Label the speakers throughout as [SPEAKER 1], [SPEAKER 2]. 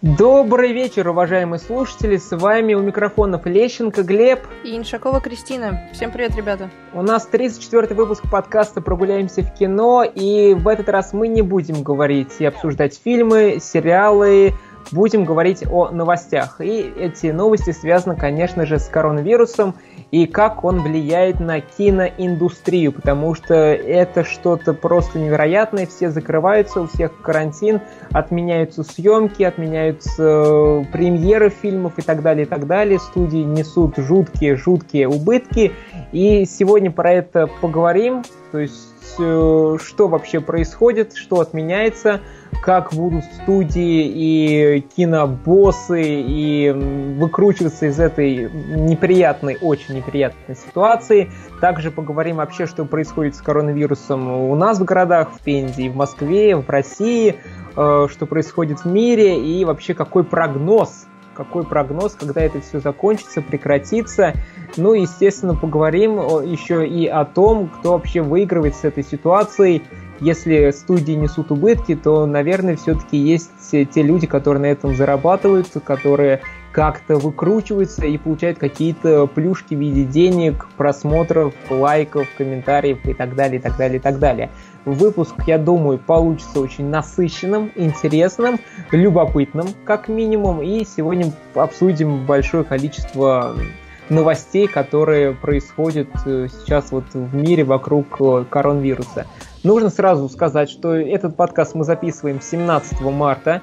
[SPEAKER 1] Добрый вечер, уважаемые слушатели, с вами у микрофонов Лещенко Глеб
[SPEAKER 2] и Иншакова Кристина. Всем привет, ребята.
[SPEAKER 1] У нас 34-й выпуск подкаста «Прогуляемся в кино», и в этот раз мы не будем говорить и обсуждать фильмы, сериалы, будем говорить о новостях. И эти новости связаны, конечно же, с коронавирусом и как он влияет на киноиндустрию, потому что это что-то просто невероятное, все закрываются, у всех карантин, отменяются съемки, отменяются премьеры фильмов и так далее, студии несут жуткие убытки, и сегодня про это поговорим, то есть что вообще происходит, что отменяется, как будут студии и кинобоссы и выкручиваться из этой очень неприятной ситуации. Также поговорим вообще, что происходит с коронавирусом у нас в городах, в Пензе, в Москве, в России, что происходит в мире и вообще какой прогноз, когда это все закончится, прекратится. Ну и, естественно, поговорим еще и о том, кто вообще выигрывает с этой ситуацией. Если студии несут убытки, то, наверное, все-таки есть те люди, которые на этом зарабатывают, которые как-то выкручиваются и получают какие-то плюшки в виде денег, просмотров, лайков, комментариев и так далее. Выпуск, я думаю, получится очень насыщенным, интересным, любопытным, как минимум. И сегодня обсудим большое количество новостей, которые происходят сейчас вот в мире вокруг коронавируса. Нужно сразу сказать, что этот подкаст мы записываем 17 марта.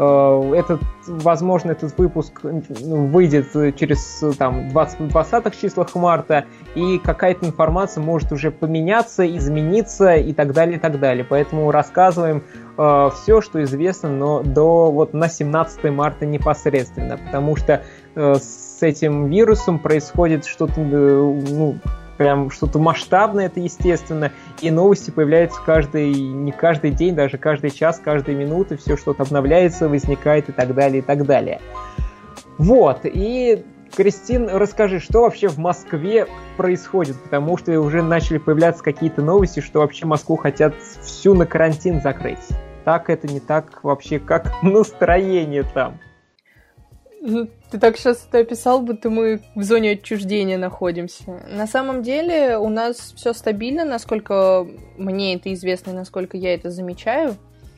[SPEAKER 1] Возможно, этот выпуск выйдет через 20-х числах марта, и какая-то информация может уже поменяться, измениться и так далее. Поэтому рассказываем все, что известно, но на 17 марта непосредственно, потому что с этим вирусом происходит что-то, прям что-то масштабное, это естественно, и новости появляются не каждый день, даже каждый час, каждую минуту, все что-то обновляется, возникает и так далее. Вот, и, Кристин, расскажи, что вообще в Москве происходит, потому что уже начали появляться какие-то новости, что вообще Москву хотят всю на карантин закрыть. Так это не так вообще, как настроение там?
[SPEAKER 2] Ты так сейчас это описал, будто мы в зоне отчуждения находимся. На самом деле у нас все стабильно, насколько мне это известно и насколько я это замечаю.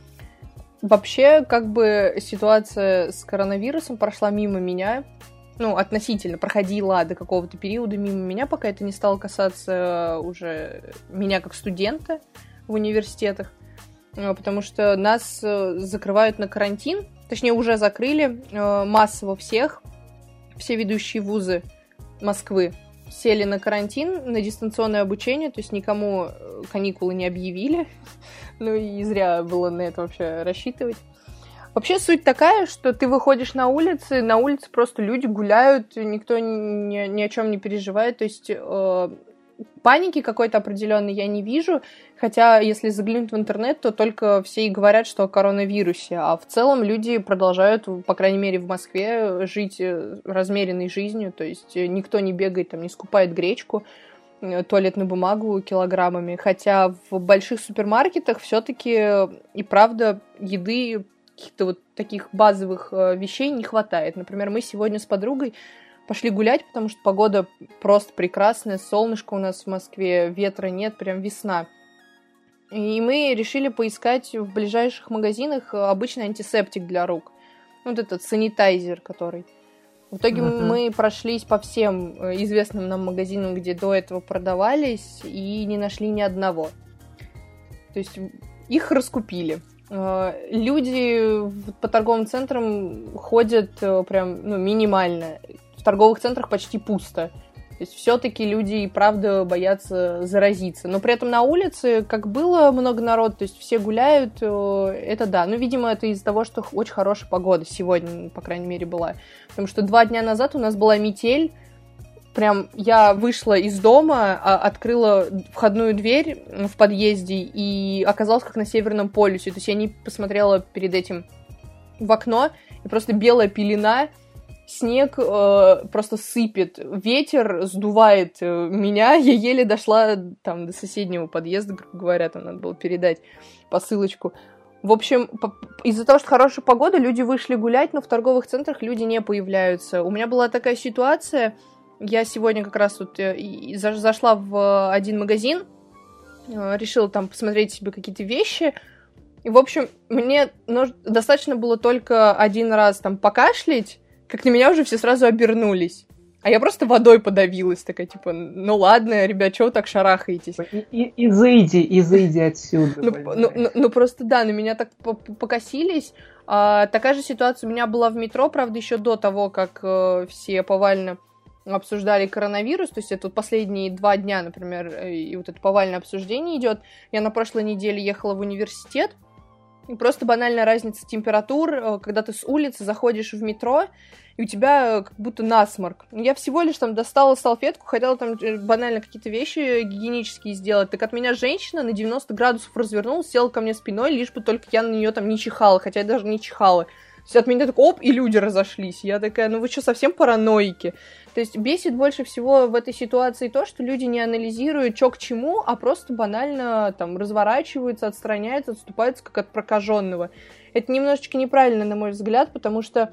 [SPEAKER 2] Вообще, ситуация с коронавирусом прошла мимо меня, относительно, проходила до какого-то периода мимо меня, пока это не стало касаться уже меня как студента в университетах, потому что нас закрывают на карантин. Точнее, уже закрыли массово всех. Все ведущие вузы Москвы сели на карантин, на дистанционное обучение, то есть никому каникулы не объявили. И зря было на это вообще рассчитывать. Вообще суть такая, что ты выходишь на улице просто люди гуляют, никто ни о чем не переживает, то есть паники какой-то определенной я не вижу, хотя если заглянуть в интернет, то только все и говорят, что о коронавирусе, а в целом люди продолжают, по крайней мере в Москве, жить размеренной жизнью, то есть никто не бегает, не скупает гречку, туалетную бумагу килограммами, хотя в больших супермаркетах все-таки и правда еды, каких-то таких базовых вещей не хватает. Например, мы сегодня с подругой пошли гулять, потому что погода просто прекрасная, солнышко у нас в Москве, ветра нет, прям весна. И мы решили поискать в ближайших магазинах обычный антисептик для рук. Этот санитайзер, который. В итоге мы прошлись по всем известным нам магазинам, где до этого продавались, и не нашли ни одного. То есть их раскупили. Люди по торговым центрам ходят прям минимально. В торговых центрах почти пусто. То есть все-таки люди и правда боятся заразиться. Но при этом на улице, как было много народу, то есть все гуляют, это да. Видимо, это из-за того, что очень хорошая погода сегодня, по крайней мере, была. Потому что 2 дня назад у нас была метель. Прям я вышла из дома, открыла входную дверь в подъезде и оказалась как на Северном полюсе. То есть я не посмотрела перед этим в окно, и просто белая пелена, снег просто сыпет, ветер сдувает меня, я еле дошла до соседнего подъезда, грубо говоря, там надо было передать посылочку. В общем, из-за того, что хорошая погода, люди вышли гулять, но в торговых центрах люди не появляются. У меня была такая ситуация, я сегодня как раз тут зашла в один магазин, решила там посмотреть себе какие-то вещи, и, в общем, мне достаточно было только один раз там покашлять, как на меня уже все сразу обернулись. А я просто водой подавилась, такая, типа, ну ладно, ребят, чего вы так шарахаетесь?
[SPEAKER 1] Изыди отсюда.
[SPEAKER 2] Ну, просто да, на меня так покосились. Такая же ситуация у меня была в метро, правда, еще до того, как все повально обсуждали коронавирус, то есть это вот последние 2 дня, например, и вот это повальное обсуждение идет. Я на прошлой неделе ехала в университет, и просто банальная разница температур, когда ты с улицы заходишь в метро, и у тебя как будто насморк. Я всего лишь там достала салфетку, хотела там банально какие-то вещи гигиенические сделать, так от меня женщина на 90 градусов развернулась, села ко мне спиной, лишь бы только я на нее там не чихала, хотя я даже не чихала. То есть от меня так оп, и люди разошлись. Я такая, ну вы что, совсем параноики? То есть бесит больше всего в этой ситуации то, что люди не анализируют, что к чему, а просто банально там разворачиваются, отстраняются, отступаются как от прокаженного. Это немножечко неправильно, на мой взгляд, потому что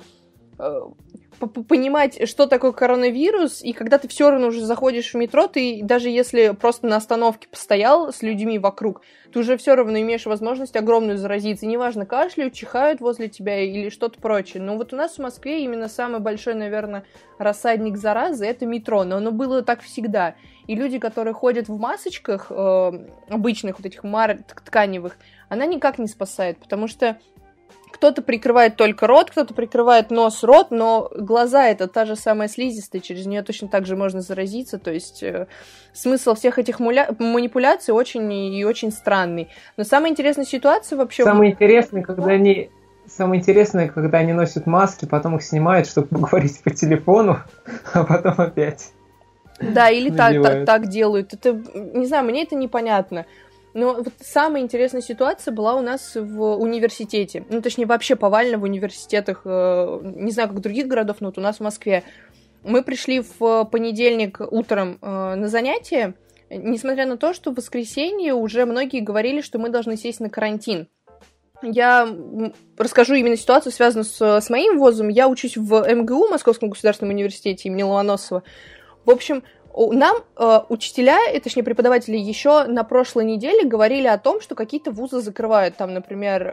[SPEAKER 2] понимать, что такое коронавирус, и когда ты все равно уже заходишь в метро, ты даже если просто на остановке постоял с людьми вокруг, ты уже все равно имеешь возможность огромную заразиться. Неважно, кашляют, чихают возле тебя или что-то прочее. Но вот у нас в Москве именно самый большой, наверное, рассадник заразы — это метро. Но оно было так всегда. И люди, которые ходят в масочках, обычных вот этих тканевых, она никак не спасает, потому что кто-то прикрывает только рот, кто-то прикрывает нос, рот, но глаза — это та же самая слизистая, через нее точно так же можно заразиться, то есть смысл всех этих манипуляций очень и очень странный. Но самая интересная ситуация вообще...
[SPEAKER 1] Самое интересное, когда они носят маски, потом их снимают, чтобы поговорить по телефону, а потом опять.
[SPEAKER 2] Да, или так делают. Это, не знаю, мне это непонятно. Но вот самая интересная ситуация была у нас в университете. Ну, точнее, вообще повально в университетах, не знаю, как в других городах, но вот у нас в Москве. Мы пришли в понедельник утром на занятия, несмотря на то, что в воскресенье уже многие говорили, что мы должны сесть на карантин. Я расскажу именно ситуацию, связанную с моим вузом. Я учусь в МГУ, Московском государственном университете имени Ломоносова. В общем, нам учителя, точнее преподаватели, еще на прошлой неделе говорили о том, что какие-то вузы закрывают. Там, например,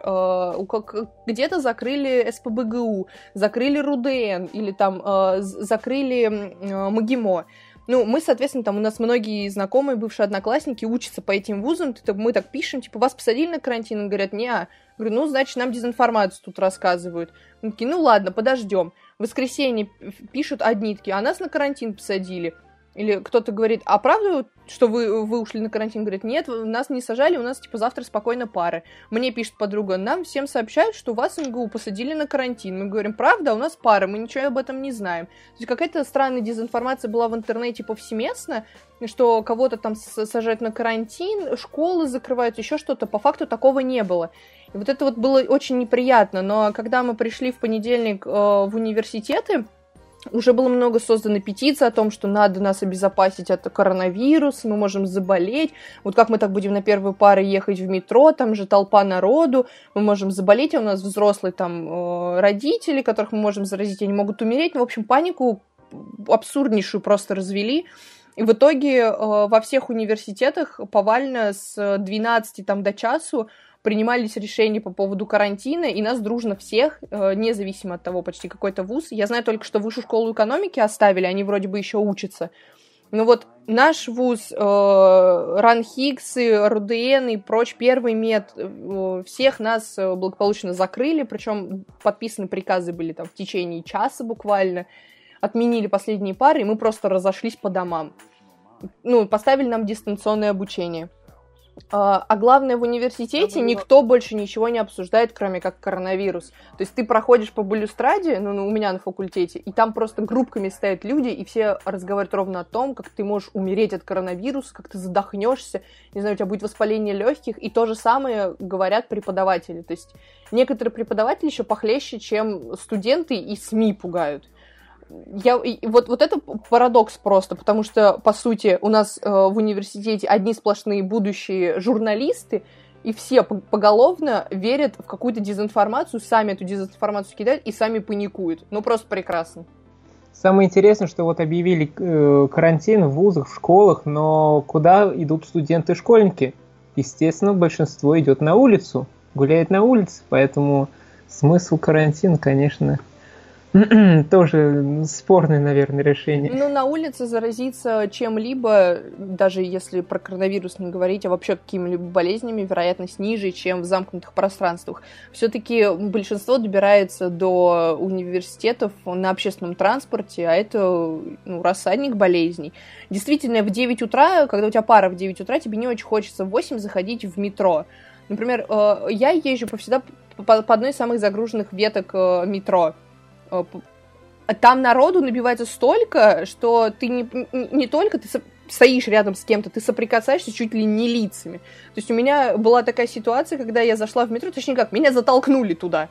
[SPEAKER 2] где-то закрыли СПбГУ, закрыли РУДН или там закрыли МГИМО. Ну, мы, соответственно, там у нас многие знакомые, бывшие одноклассники учатся по этим вузам, мы так пишем, типа, вас посадили на карантин? Они говорят, не-а. Говорю, ну, значит, нам дезинформацию тут рассказывают. Они такие, ну, ладно, подождем. В воскресенье пишут одни такие, а нас на карантин посадили. Или кто-то говорит, а правда, что вы ушли на карантин? Говорит, нет, нас не сажали, у нас, типа, завтра спокойно пары. Мне пишет подруга, нам всем сообщают, что вас МГУ посадили на карантин. Мы говорим, правда, у нас пары, мы ничего об этом не знаем. То есть какая-то странная дезинформация была в интернете повсеместно, что кого-то там сажают на карантин, школы закрывают, еще что-то. По факту такого не было. И вот это вот было очень неприятно. Но когда мы пришли в понедельник в университеты, уже было много создано петиций о том, что надо нас обезопасить от коронавируса, мы можем заболеть. Вот как мы так будем на первые пары ехать в метро, там же толпа народу, мы можем заболеть, а у нас взрослые там родители, которых мы можем заразить, они могут умереть. Ну, в общем, панику абсурднейшую просто развели. И в итоге во всех университетах повально с 12 там, до часу принимались решения по поводу карантина, и нас дружно всех, независимо от того, почти какой-то вуз. Я знаю только, что высшую школу экономики оставили, они вроде бы еще учатся. Но вот наш вуз, РАНХИКСы, РУДН и прочь, первый мед, всех нас благополучно закрыли, причем подписаны приказы были там в течение часа буквально, отменили последние пары, и мы просто разошлись по домам. Ну, поставили нам дистанционное обучение. А главное, в университете никто больше ничего не обсуждает, кроме как коронавирус. То есть ты проходишь по балюстраде, ну, у меня на факультете, и там просто группками стоят люди, и все разговаривают ровно о том, как ты можешь умереть от коронавируса, как ты задохнешься, не знаю, у тебя будет воспаление легких, и то же самое говорят преподаватели. То есть некоторые преподаватели еще похлеще, чем студенты, и СМИ пугают. Вот это парадокс просто, потому что, по сути, у нас в университете одни сплошные будущие журналисты, и все поголовно верят в какую-то дезинформацию, сами эту дезинформацию кидают и сами паникуют. Ну, просто прекрасно.
[SPEAKER 1] Самое интересное, что вот объявили карантин в вузах, в школах, но куда идут студенты и школьники? Естественно, большинство идет на улицу, гуляет на улице, поэтому смысл карантина, конечно, тоже спорное, наверное, решение.
[SPEAKER 2] Ну, на улице заразиться чем-либо, даже если про коронавирус не говорить, а вообще какими-либо болезнями, вероятность ниже, чем в замкнутых пространствах. Все-таки большинство добирается до университетов на общественном транспорте, а это рассадник болезней. Действительно, в 9 утра, когда у тебя пара в 9 утра, тебе не очень хочется в 8 заходить в метро. Например, я езжу всегда по одной из самых загруженных веток метро. Там народу набивается столько, что ты не только ты стоишь рядом с кем-то, ты соприкасаешься чуть ли не лицами. То есть у меня была такая ситуация, когда я зашла в метро, точнее как, меня затолкнули туда.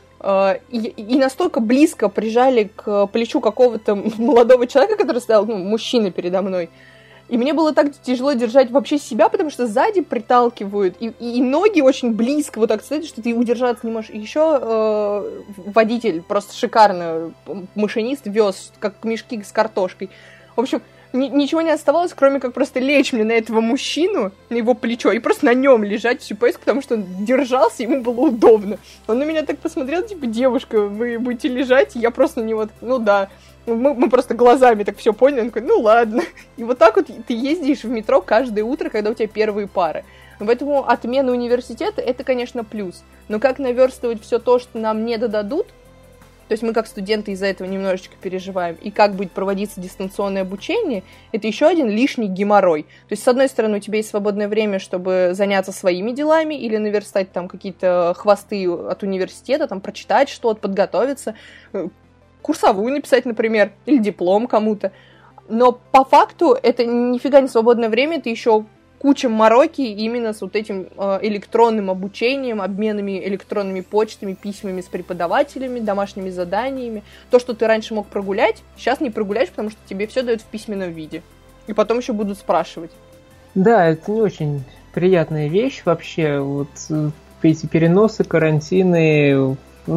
[SPEAKER 2] И настолько близко прижали к плечу какого-то молодого человека, который стоял, мужчина передо мной. И мне было так тяжело держать вообще себя, потому что сзади приталкивают, и ноги очень близко вот так стоят, что ты удержаться не можешь. И еще водитель просто шикарно, машинист вез, как мешки с картошкой. В общем, ничего не оставалось, кроме как просто лечь мне на этого мужчину, на его плечо, и просто на нем лежать всю поездку, потому что он держался, ему было удобно. Он на меня так посмотрел, типа, девушка, вы будете лежать? И я просто на него, да. Мы просто глазами так все поняли, он такой, ладно. И вот так вот ты ездишь в метро каждое утро, когда у тебя первые пары. Поэтому отмена университета — это, конечно, плюс. Но как наверстывать все то, что нам не додадут, то есть мы как студенты из-за этого немножечко переживаем, и как будет проводиться дистанционное обучение, это еще один лишний геморрой. То есть, с одной стороны, у тебя есть свободное время, чтобы заняться своими делами или наверстать там какие-то хвосты от университета, там прочитать что-то, подготовиться, курсовую написать, например, или диплом кому-то. Но по факту это нифига не свободное время, это еще куча мороки именно с вот этим электронным обучением, обменами электронными почтами, письмами с преподавателями, домашними заданиями. То, что ты раньше мог прогулять, сейчас не прогуляешь, потому что тебе все дают в письменном виде. И потом еще будут спрашивать.
[SPEAKER 1] Да, это не очень приятная вещь вообще. Вот эти переносы, карантины.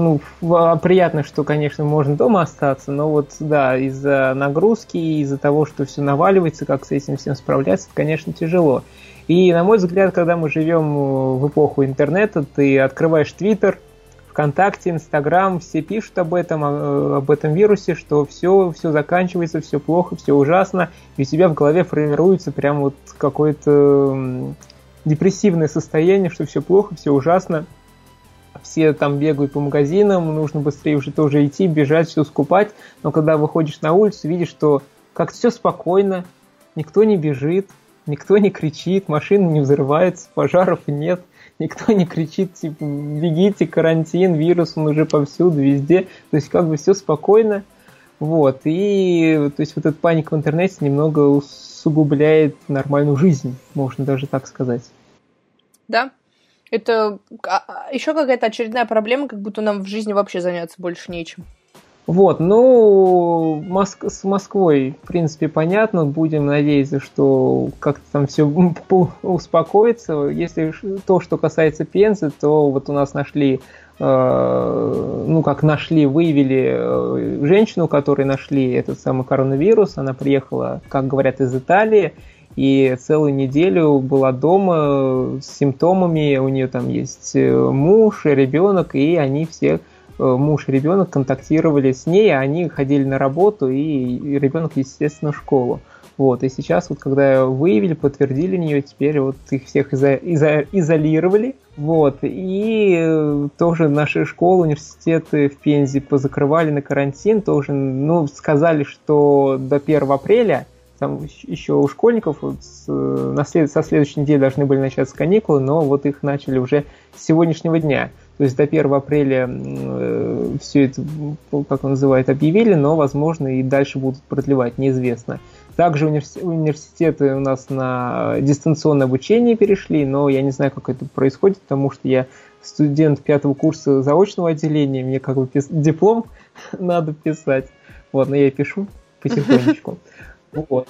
[SPEAKER 1] Приятно, что, конечно, можно дома остаться, но вот, да, из-за нагрузки, из-за того, что все наваливается, как с этим всем справляться, это, конечно, тяжело. И, на мой взгляд, когда мы живем в эпоху интернета, ты открываешь Твиттер, ВКонтакте, Инстаграм, все пишут об этом вирусе, что все заканчивается, все плохо, все ужасно, и у тебя в голове формируется прям вот какое-то депрессивное состояние, что все плохо, все ужасно. Все там бегают по магазинам, нужно быстрее уже тоже идти, бежать, все скупать. Но когда выходишь на улицу, видишь, что как все спокойно, никто не бежит, никто не кричит, машина не взрывается, пожаров нет, никто не кричит, типа, бегите, карантин, вирус, он уже повсюду, везде. То есть как бы все спокойно. Вот. И то есть вот эта паника в интернете немного усугубляет нормальную жизнь, можно даже так сказать.
[SPEAKER 2] Да. Это еще какая-то очередная проблема, как будто нам в жизни вообще заняться больше нечем.
[SPEAKER 1] Вот, с Москвой, в принципе, понятно. Будем надеяться, что как-то там все успокоится. Если то, что касается Пензы, то вот у нас выявили женщину, которой нашли этот самый коронавирус. Она приехала, как говорят, из Италии. И целую неделю была дома с симптомами, у нее там есть муж и ребенок, и они все, муж и ребенок, контактировали с ней, они ходили на работу, и ребенок, естественно, в школу. Вот, и сейчас, вот, когда выявили, подтвердили нее, теперь вот их всех изолировали. Вот, и тоже наши школы, университеты в Пензе позакрывали на карантин, тоже, сказали, что до 1 апреля. Там еще у школьников со следующей недели должны были начаться каникулы, но вот их начали уже с сегодняшнего дня. То есть до 1 апреля все это, как он называет, объявили, но, возможно, и дальше будут продлевать, неизвестно. Также университеты у нас на дистанционное обучение перешли, но я не знаю, как это происходит, потому что я студент 5-го курса заочного отделения, мне как бы диплом надо писать. Вот, но я пишу потихонечку. Вот.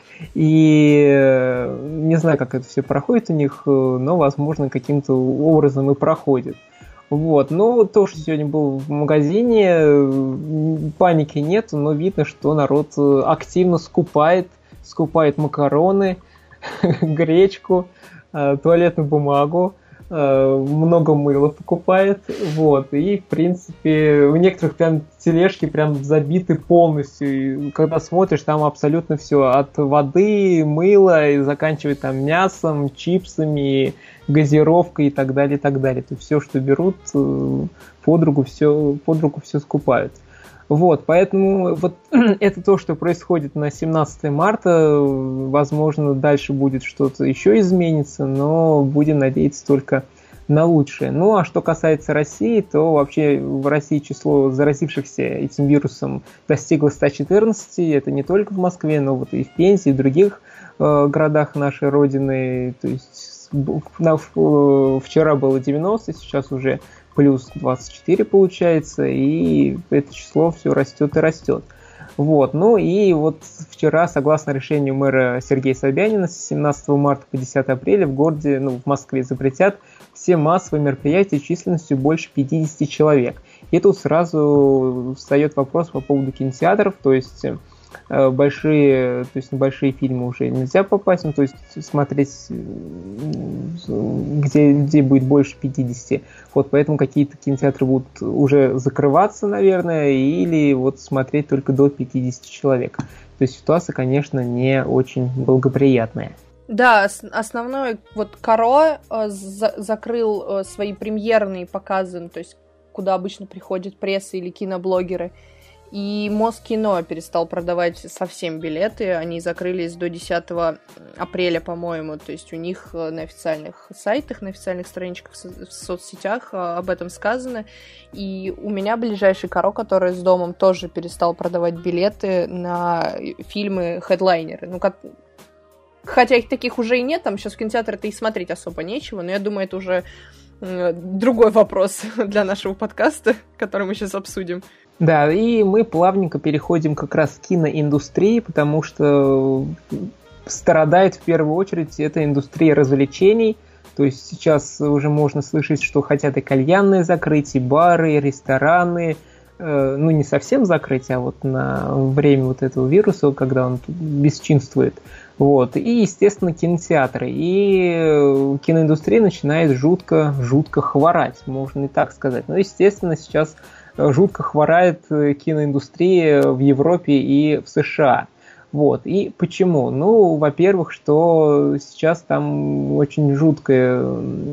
[SPEAKER 1] И не знаю, как это все проходит у них, но, возможно, каким-то образом и проходит. Вот. Ну, тоже сегодня был в магазине, паники нет, но видно, что народ активно скупает макароны, гречку, туалетную бумагу, много мыла покупает, вот, и, в принципе, у некоторых прям тележки прям забиты полностью, и когда смотришь, там абсолютно все, от воды, мыла, и заканчивая там мясом, чипсами, газировкой и так далее, и так далее. То есть все, что берут, под руку все скупают. Вот, поэтому вот это то, что происходит на 17 марта. Возможно, дальше будет что-то еще изменится, но будем надеяться только на лучшее. Ну, а что касается России, то вообще в России число заразившихся этим вирусом достигло 114. Это не только в Москве, но вот и в Пензе, и в других городах нашей Родины. То есть вчера было 90, сейчас уже плюс 24 получается, и это число все растет и растет. Вот. Ну и вот вчера, согласно решению мэра Сергея Собянина, с 17 марта по 10 апреля в городе, в Москве запретят все массовые мероприятия численностью больше 50 человек. И тут сразу встает вопрос по поводу кинотеатров, то есть на большие фильмы уже нельзя попасть, то есть смотреть, где будет больше 50. Вот поэтому какие-то кинотеатры будут уже закрываться, наверное, или вот смотреть только до 50 человек. То есть ситуация, конечно, не очень благоприятная.
[SPEAKER 2] Да, основной вот Каро закрыл свои премьерные показы, то есть куда обычно приходит пресса или киноблогеры. И Москино перестал продавать совсем билеты. Они закрылись до 10 апреля, по-моему. То есть у них на официальных сайтах, на официальных страничках в соцсетях об этом сказано. И у меня ближайший Каро, который с домом, тоже перестал продавать билеты на фильмы хедлайнеры. Хотя их таких уже и нет, там сейчас в кинотеатре-то и смотреть особо нечего. Но я думаю, это уже другой вопрос для нашего подкаста, который мы сейчас обсудим.
[SPEAKER 1] Да, и мы плавненько переходим как раз к киноиндустрии, потому что страдает в первую очередь эта индустрия развлечений. То есть сейчас уже можно слышать, что хотят и кальянные закрыть, и бары, и рестораны. Не совсем закрыть, а вот на время вот этого вируса, когда он тут бесчинствует. Вот. И, естественно, кинотеатры. И киноиндустрия начинает жутко хворать, можно и так сказать. Но, естественно, сейчас жутко хворает киноиндустрия в Европе и в США. Вот. И почему? Во-первых, что сейчас там очень жуткая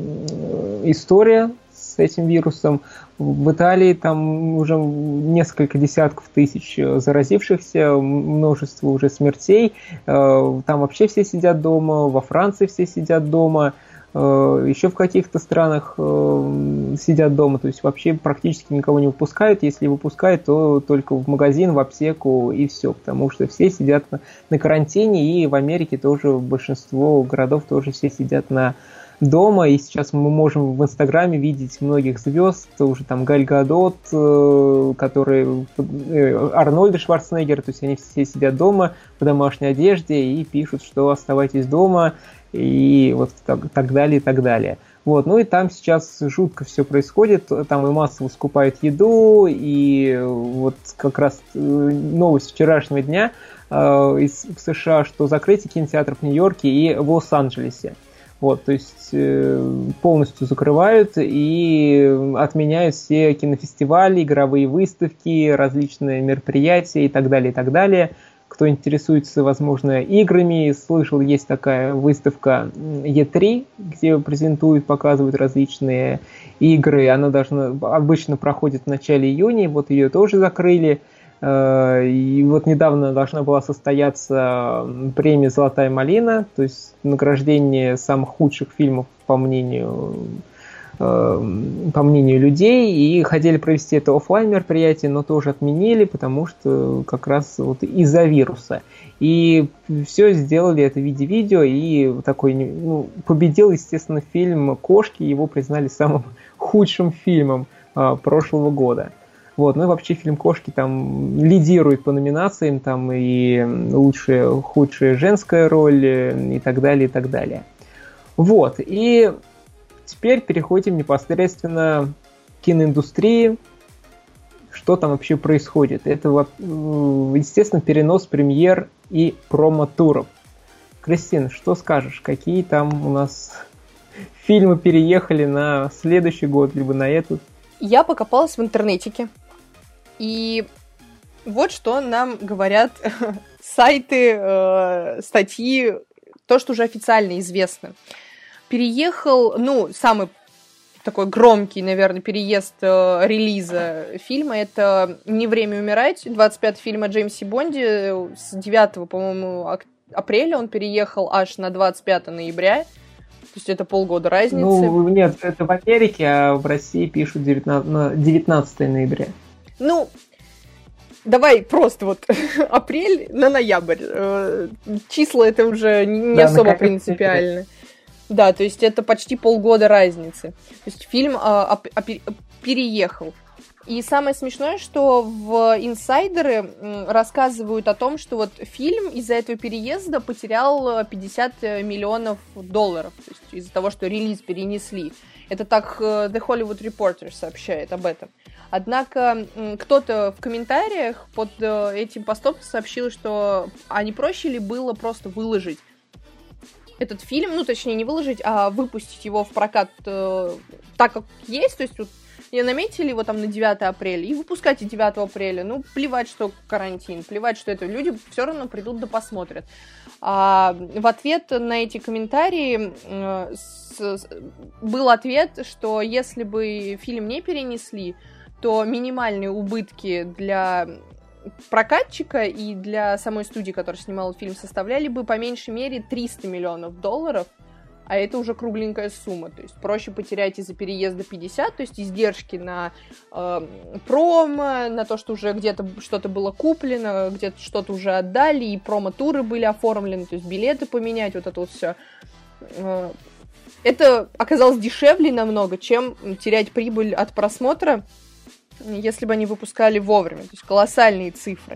[SPEAKER 1] история с этим вирусом. В Италии там уже несколько десятков тысяч заразившихся, множество уже смертей. Там вообще все сидят дома, во Франции все сидят дома. Еще в каких-то странах сидят дома, то есть вообще практически никого не выпускают, если выпускают, то только в магазин, в аптеку и все, потому что все сидят на карантине, и в Америке тоже большинство городов тоже все сидят дома, и сейчас мы можем в Инстаграме видеть многих звезд, уже там Галь Гадот, которые Арнольд Шварценеггер, то есть они все сидят дома в домашней одежде и пишут, что оставайтесь дома, и вот так далее, и так далее. Вот, и там сейчас жутко все происходит, там и массово скупают еду, и вот как раз новость вчерашнего дня из США, что закрытие кинотеатров в Нью-Йорке и в Лос-Анджелесе. Вот, то есть полностью закрывают и отменяют все кинофестивали, игровые выставки, различные мероприятия и так далее, и так далее. Кто интересуется, возможно, играми, слышал, есть такая выставка E3, где презентуют, показывают различные игры. Она обычно проходит в начале июня, вот ее тоже закрыли. И вот недавно должна была состояться премия «Золотая малина», то есть награждение самых худших фильмов, по мнению людей, и хотели провести это офлайн мероприятие, но тоже отменили, потому что как раз вот из-за вируса. И все сделали это в виде видео, и такой, победил, естественно, фильм «Кошки», его признали самым худшим фильмом прошлого года. Вот. Ну и вообще фильм «Кошки» там лидирует по номинациям, там и лучшая, худшая женская роль, и так далее, и так далее. Вот. И теперь переходим непосредственно к киноиндустрии. Что там вообще происходит? Это, естественно, перенос премьер и промо-туров. Кристина, что скажешь? Какие там у нас фильмы переехали на следующий год, либо на этот?
[SPEAKER 2] Я покопалась в интернетике. И вот что нам говорят сайты, статьи, то, что уже официально известно. Переехал, самый такой громкий, наверное, переезд релиза фильма, это «Не время умирать», 25-й фильм о Джеймсе Бонде. С 9, по-моему, апреля он переехал аж на 25 ноября. То есть это полгода разницы.
[SPEAKER 1] Нет, это в Америке, а в России пишут 19 ноября.
[SPEAKER 2] Давай просто вот апрель на ноябрь. Числа это уже не особо принципиально. Да, то есть это почти полгода разницы. То есть фильм переехал. И самое смешное, что в инсайдеры рассказывают о том, что вот фильм из-за этого переезда потерял $50 миллионов. То есть из-за того, что релиз перенесли. Это так The Hollywood Reporter сообщает об этом. Однако кто-то в комментариях под этим постом сообщил, что не проще ли было просто выложить этот фильм, точнее не выложить, а выпустить его в прокат так, как есть, то есть вот и наметили его там на 9 апреля, и выпускайте 9 апреля. Плевать, что карантин, плевать, что это. Люди все равно придут да посмотрят. В ответ на эти комментарии был ответ, что если бы фильм не перенесли, то минимальные убытки для прокатчика и для самой студии, которая снимала фильм, составляли бы по меньшей мере $300 миллионов, а это уже кругленькая сумма. То есть проще потерять из-за переезда 50, то есть издержки на промо, на то, что уже где-то что-то было куплено, где-то что-то уже отдали, и промо-туры были оформлены, то есть билеты поменять, вот это вот все. Это оказалось дешевле намного, чем терять прибыль от просмотра, если бы они выпускали вовремя. То есть колоссальные цифры.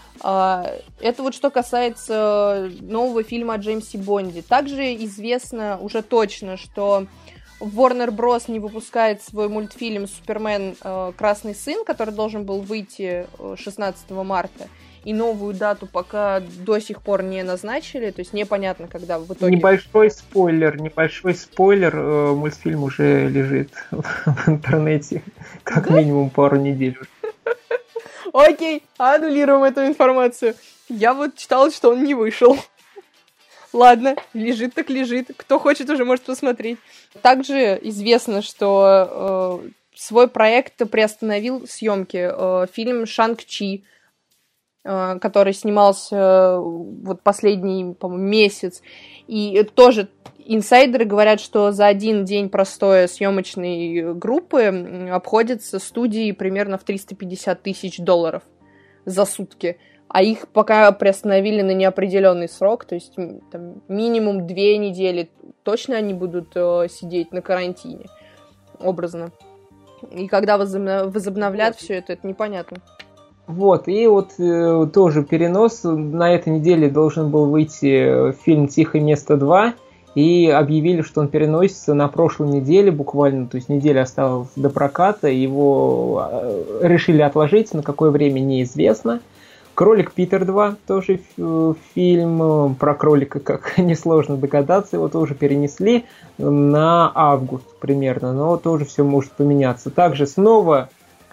[SPEAKER 2] Это вот что касается нового фильма о Джеймсе Бонде. Также известно уже точно, что Warner Bros. Не выпускает свой мультфильм «Супермен. Красный сын», который должен был выйти 16 марта. И новую дату пока до сих пор не назначили, то есть непонятно, когда в итоге...
[SPEAKER 1] Небольшой спойлер, мультфильм уже лежит в интернете, как минимум пару недель уже.
[SPEAKER 2] Окей, аннулируем эту информацию. Я вот читала, что он не вышел. Ладно, лежит так лежит. Кто хочет, уже может посмотреть. Также известно, что свой проект приостановил съемки фильм «Шанг-Чи», который снимался вот последний, по-моему, месяц. И тоже инсайдеры говорят, что за один день простоя съемочной группы обходится студии примерно в $350 тысяч за сутки. А их пока приостановили на неопределенный срок, то есть там, минимум 2 недели точно они будут сидеть на карантине, образно. И когда возобновлят все это непонятно.
[SPEAKER 1] Вот, и вот тоже перенос. На этой неделе должен был выйти фильм «Тихое место 2», и объявили, что он переносится на прошлой неделе буквально, то есть неделя осталась до проката, его решили отложить, на какое время неизвестно. «Кролик Питер 2», тоже фильм про кролика, как несложно догадаться, его тоже перенесли на август примерно, но тоже все может поменяться. Также снова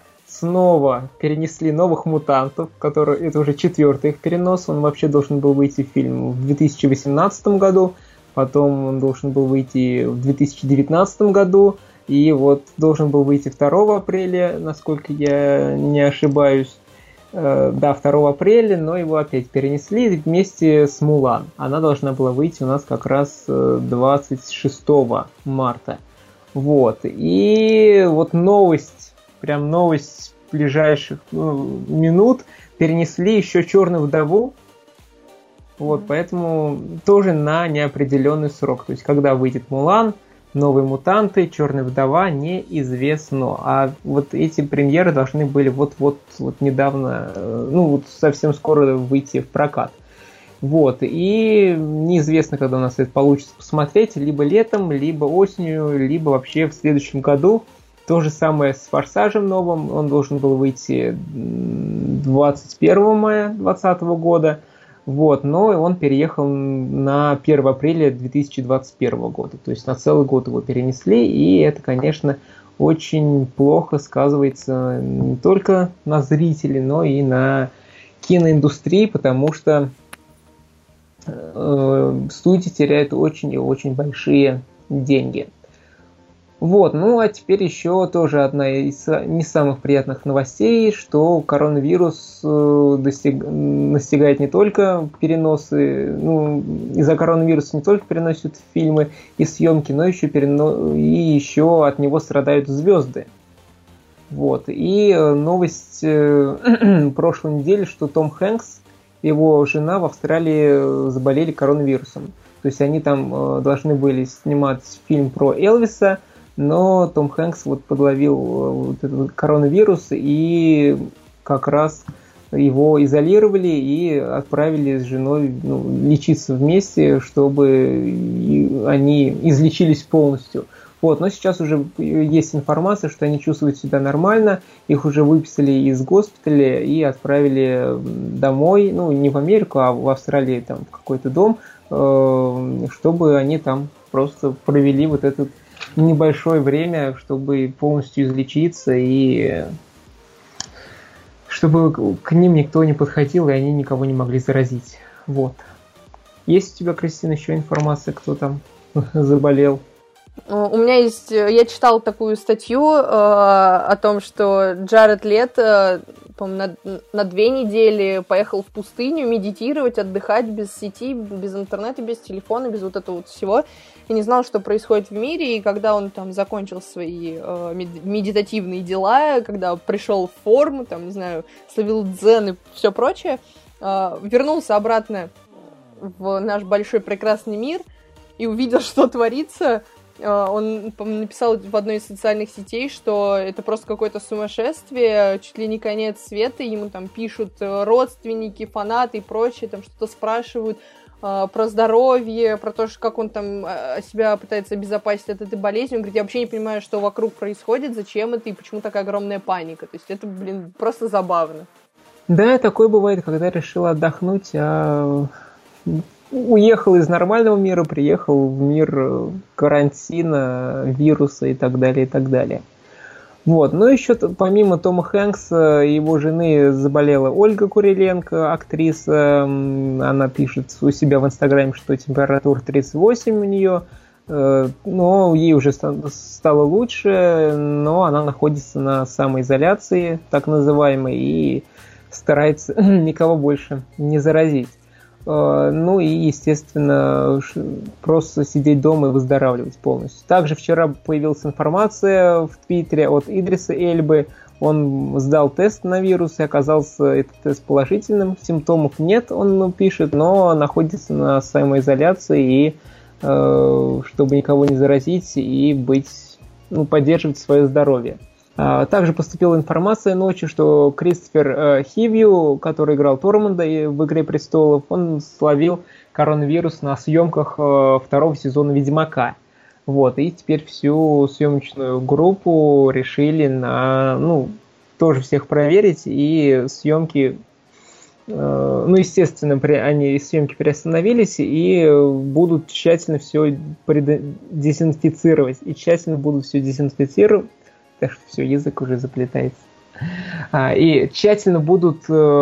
[SPEAKER 1] перенесли «Новых мутантов», которые это уже 4-й их перенос. Он вообще должен был выйти фильм в 2018 году, потом он должен был выйти в 2019 году, и вот должен был выйти 2 апреля, насколько я не ошибаюсь. Да, 2 апреля, но его опять перенесли вместе с «Мулан». Она должна была выйти у нас как раз 26 марта. Вот. И вот новость ближайших минут, перенесли еще «Черную вдову». Вот, поэтому тоже на неопределенный срок. То есть, когда выйдет «Мулан», Новые мутанты, Черная вдова, неизвестно. А вот эти премьеры должны были вот недавно, совсем скоро выйти в прокат. Вот, и неизвестно, когда у нас это получится посмотреть, либо летом, либо осенью, либо вообще в следующем году. То же самое с «Форсажем» новым, он должен был выйти 21 мая 2020 года. Вот, но он переехал на 1 апреля 2021 года. То есть на целый год его перенесли, и это, конечно, очень плохо сказывается не только на зрителей, но и на киноиндустрии, потому что студии теряют очень и очень большие деньги. Вот, а теперь еще тоже одна из не самых приятных новостей, что коронавирус настигает не только переносы, из-за коронавируса не только переносят фильмы и съемки, но еще еще от него страдают звезды. Вот, и новость прошлой недели, что Том Хэнкс и его жена в Австралии заболели коронавирусом. То есть они там должны были снимать фильм про Элвиса, но Том Хэнкс подловил этот коронавирус, и как раз его изолировали и отправили с женой лечиться вместе, чтобы они излечились полностью. Вот, но сейчас уже есть информация, что они чувствуют себя нормально, их уже выписали из госпиталя и отправили домой, не в Америку, а в Австралии, там, в какой-то дом, чтобы они там просто провели это небольшое время, чтобы полностью излечиться и чтобы к ним никто не подходил, и они никого не могли заразить. Вот. Есть у тебя, Кристина, еще информация, кто там заболел?
[SPEAKER 2] У меня есть... Я читала такую статью о том, что Джаред Лето, по-моему, на 2 недели поехал в пустыню медитировать, отдыхать без сети, без интернета, без телефона, без этого всего. И не знал, что происходит в мире. И когда он там закончил свои медитативные дела, когда пришел в форму, там, не знаю, словил дзен и все прочее, вернулся обратно в наш большой прекрасный мир и увидел, что творится. Он написал в одной из социальных сетей, что это просто какое-то сумасшествие, чуть ли не конец света, ему там пишут родственники, фанаты и прочее, там что-то спрашивают про здоровье, про то, как он там себя пытается обезопасить от этой болезни. Он говорит, я вообще не понимаю, что вокруг происходит, зачем это и почему такая огромная паника. То есть это, просто забавно.
[SPEAKER 1] Да, такое бывает, когда решил отдохнуть, уехал из нормального мира, приехал в мир карантина, вируса и так далее, и так далее. Вот. Но еще помимо Тома Хэнкса, его жены заболела Ольга Куриленко, актриса. Она пишет у себя в Инстаграме, что температура 38 у нее. Но ей уже стало лучше, но она находится на самоизоляции, так называемой, и старается никого больше не заразить. Ну и, естественно, просто сидеть дома и выздоравливать полностью. Также вчера появилась информация в Твиттере от Идриса Эльбы. Он сдал тест на вирус, и оказался этот тест положительным. Симптомов нет, он пишет, но находится на самоизоляции, и чтобы никого не заразить и поддерживать свое здоровье. Также поступила информация ночью, что Кристофер Хивью, который играл Тормунда в «Игре престолов», он словил коронавирус на съемках 2-го сезона «Ведьмака». Вот, и теперь всю съемочную группу решили тоже всех проверить, и съемки, естественно, съемки приостановились, и будут тщательно все дезинфицировать, и тщательно будут все дезинфицировать. Так что все, язык уже заплетается. И тщательно будут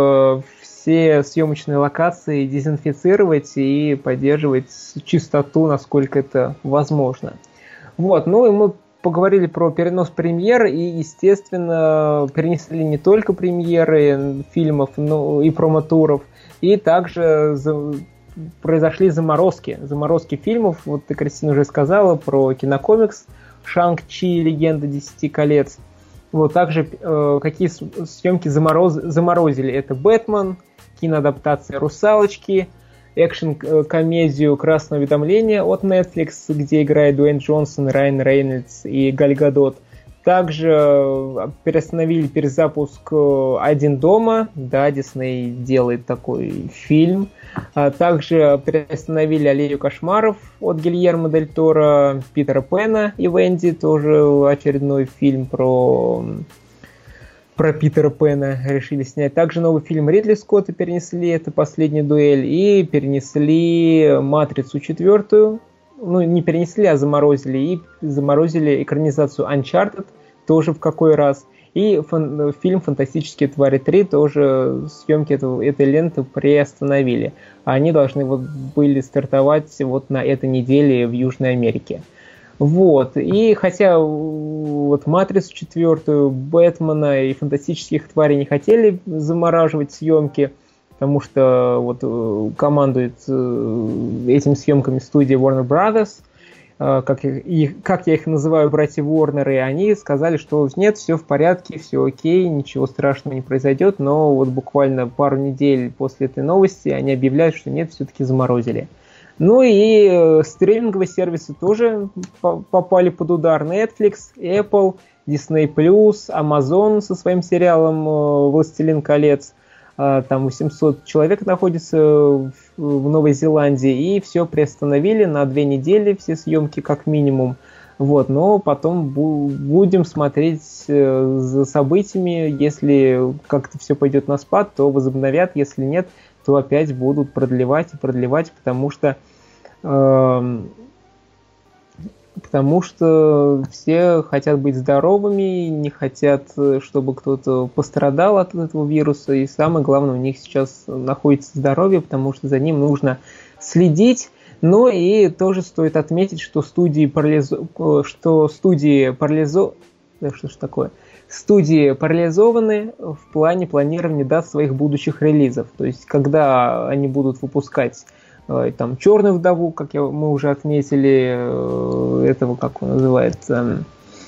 [SPEAKER 1] все съемочные локации дезинфицировать и поддерживать чистоту, насколько это возможно. Вот, и мы поговорили про перенос премьер, и, естественно, перенесли не только премьеры фильмов, но и промо-туров, и также произошли заморозки фильмов. Вот ты, Кристина, уже сказала про кинокомикс «Шанг-Чи. Легенда 10 колец». Вот также какие съемки заморозили. Это «Бэтмен», киноадаптация «Русалочки», экшн-комедию «Красное уведомление» от Netflix, где играет Дуэйн Джонсон, Райан Рейнольдс и Галь Гадот. Также переостановили перезапуск «Один дома». Да, Дисней делает такой фильм. Также переостановили «Аллею кошмаров» от Гильермо Дель Торо, Питера Пэна и Венди, тоже очередной фильм про Питера Пэна решили снять. Также новый фильм Ридли Скотта перенесли, это «Последняя дуэль», и перенесли «Матрицу» 4. Ну, не перенесли, а заморозили экранизацию Uncharted, тоже в какой раз. И фильм «Фантастические твари 3», тоже съемки этой ленты приостановили. Они должны были стартовать на этой неделе в Южной Америке. И хотя «Матрицу» 4, «Бэтмена» и «Фантастических тварей» не хотели замораживать съемки, потому что командует этими съемками студия Warner Brothers, как я их называю, братья Уорнеры, они сказали, что нет, все в порядке, все окей, ничего страшного не произойдет, но буквально пару недель после этой новости они объявляют, что нет, все-таки заморозили. И стриминговые сервисы тоже попали под удар. Netflix, Apple, Disney+, Amazon со своим сериалом «Властелин колец». Там 800 человек находится в Новой Зеландии, и все приостановили на 2 недели, все съемки как минимум. Но потом будем смотреть за событиями. Если как-то все пойдет на спад, то возобновят, если нет, то опять будут продлевать, потому что все хотят быть здоровыми, не хотят, чтобы кто-то пострадал от этого вируса, и самое главное, у них сейчас находится здоровье, потому что за ним нужно следить. И тоже стоит отметить, что студии парализованы в плане планирования дат своих будущих релизов. То есть, когда они будут выпускать «Черную вдову», как мы уже отметили, этого, как он называется,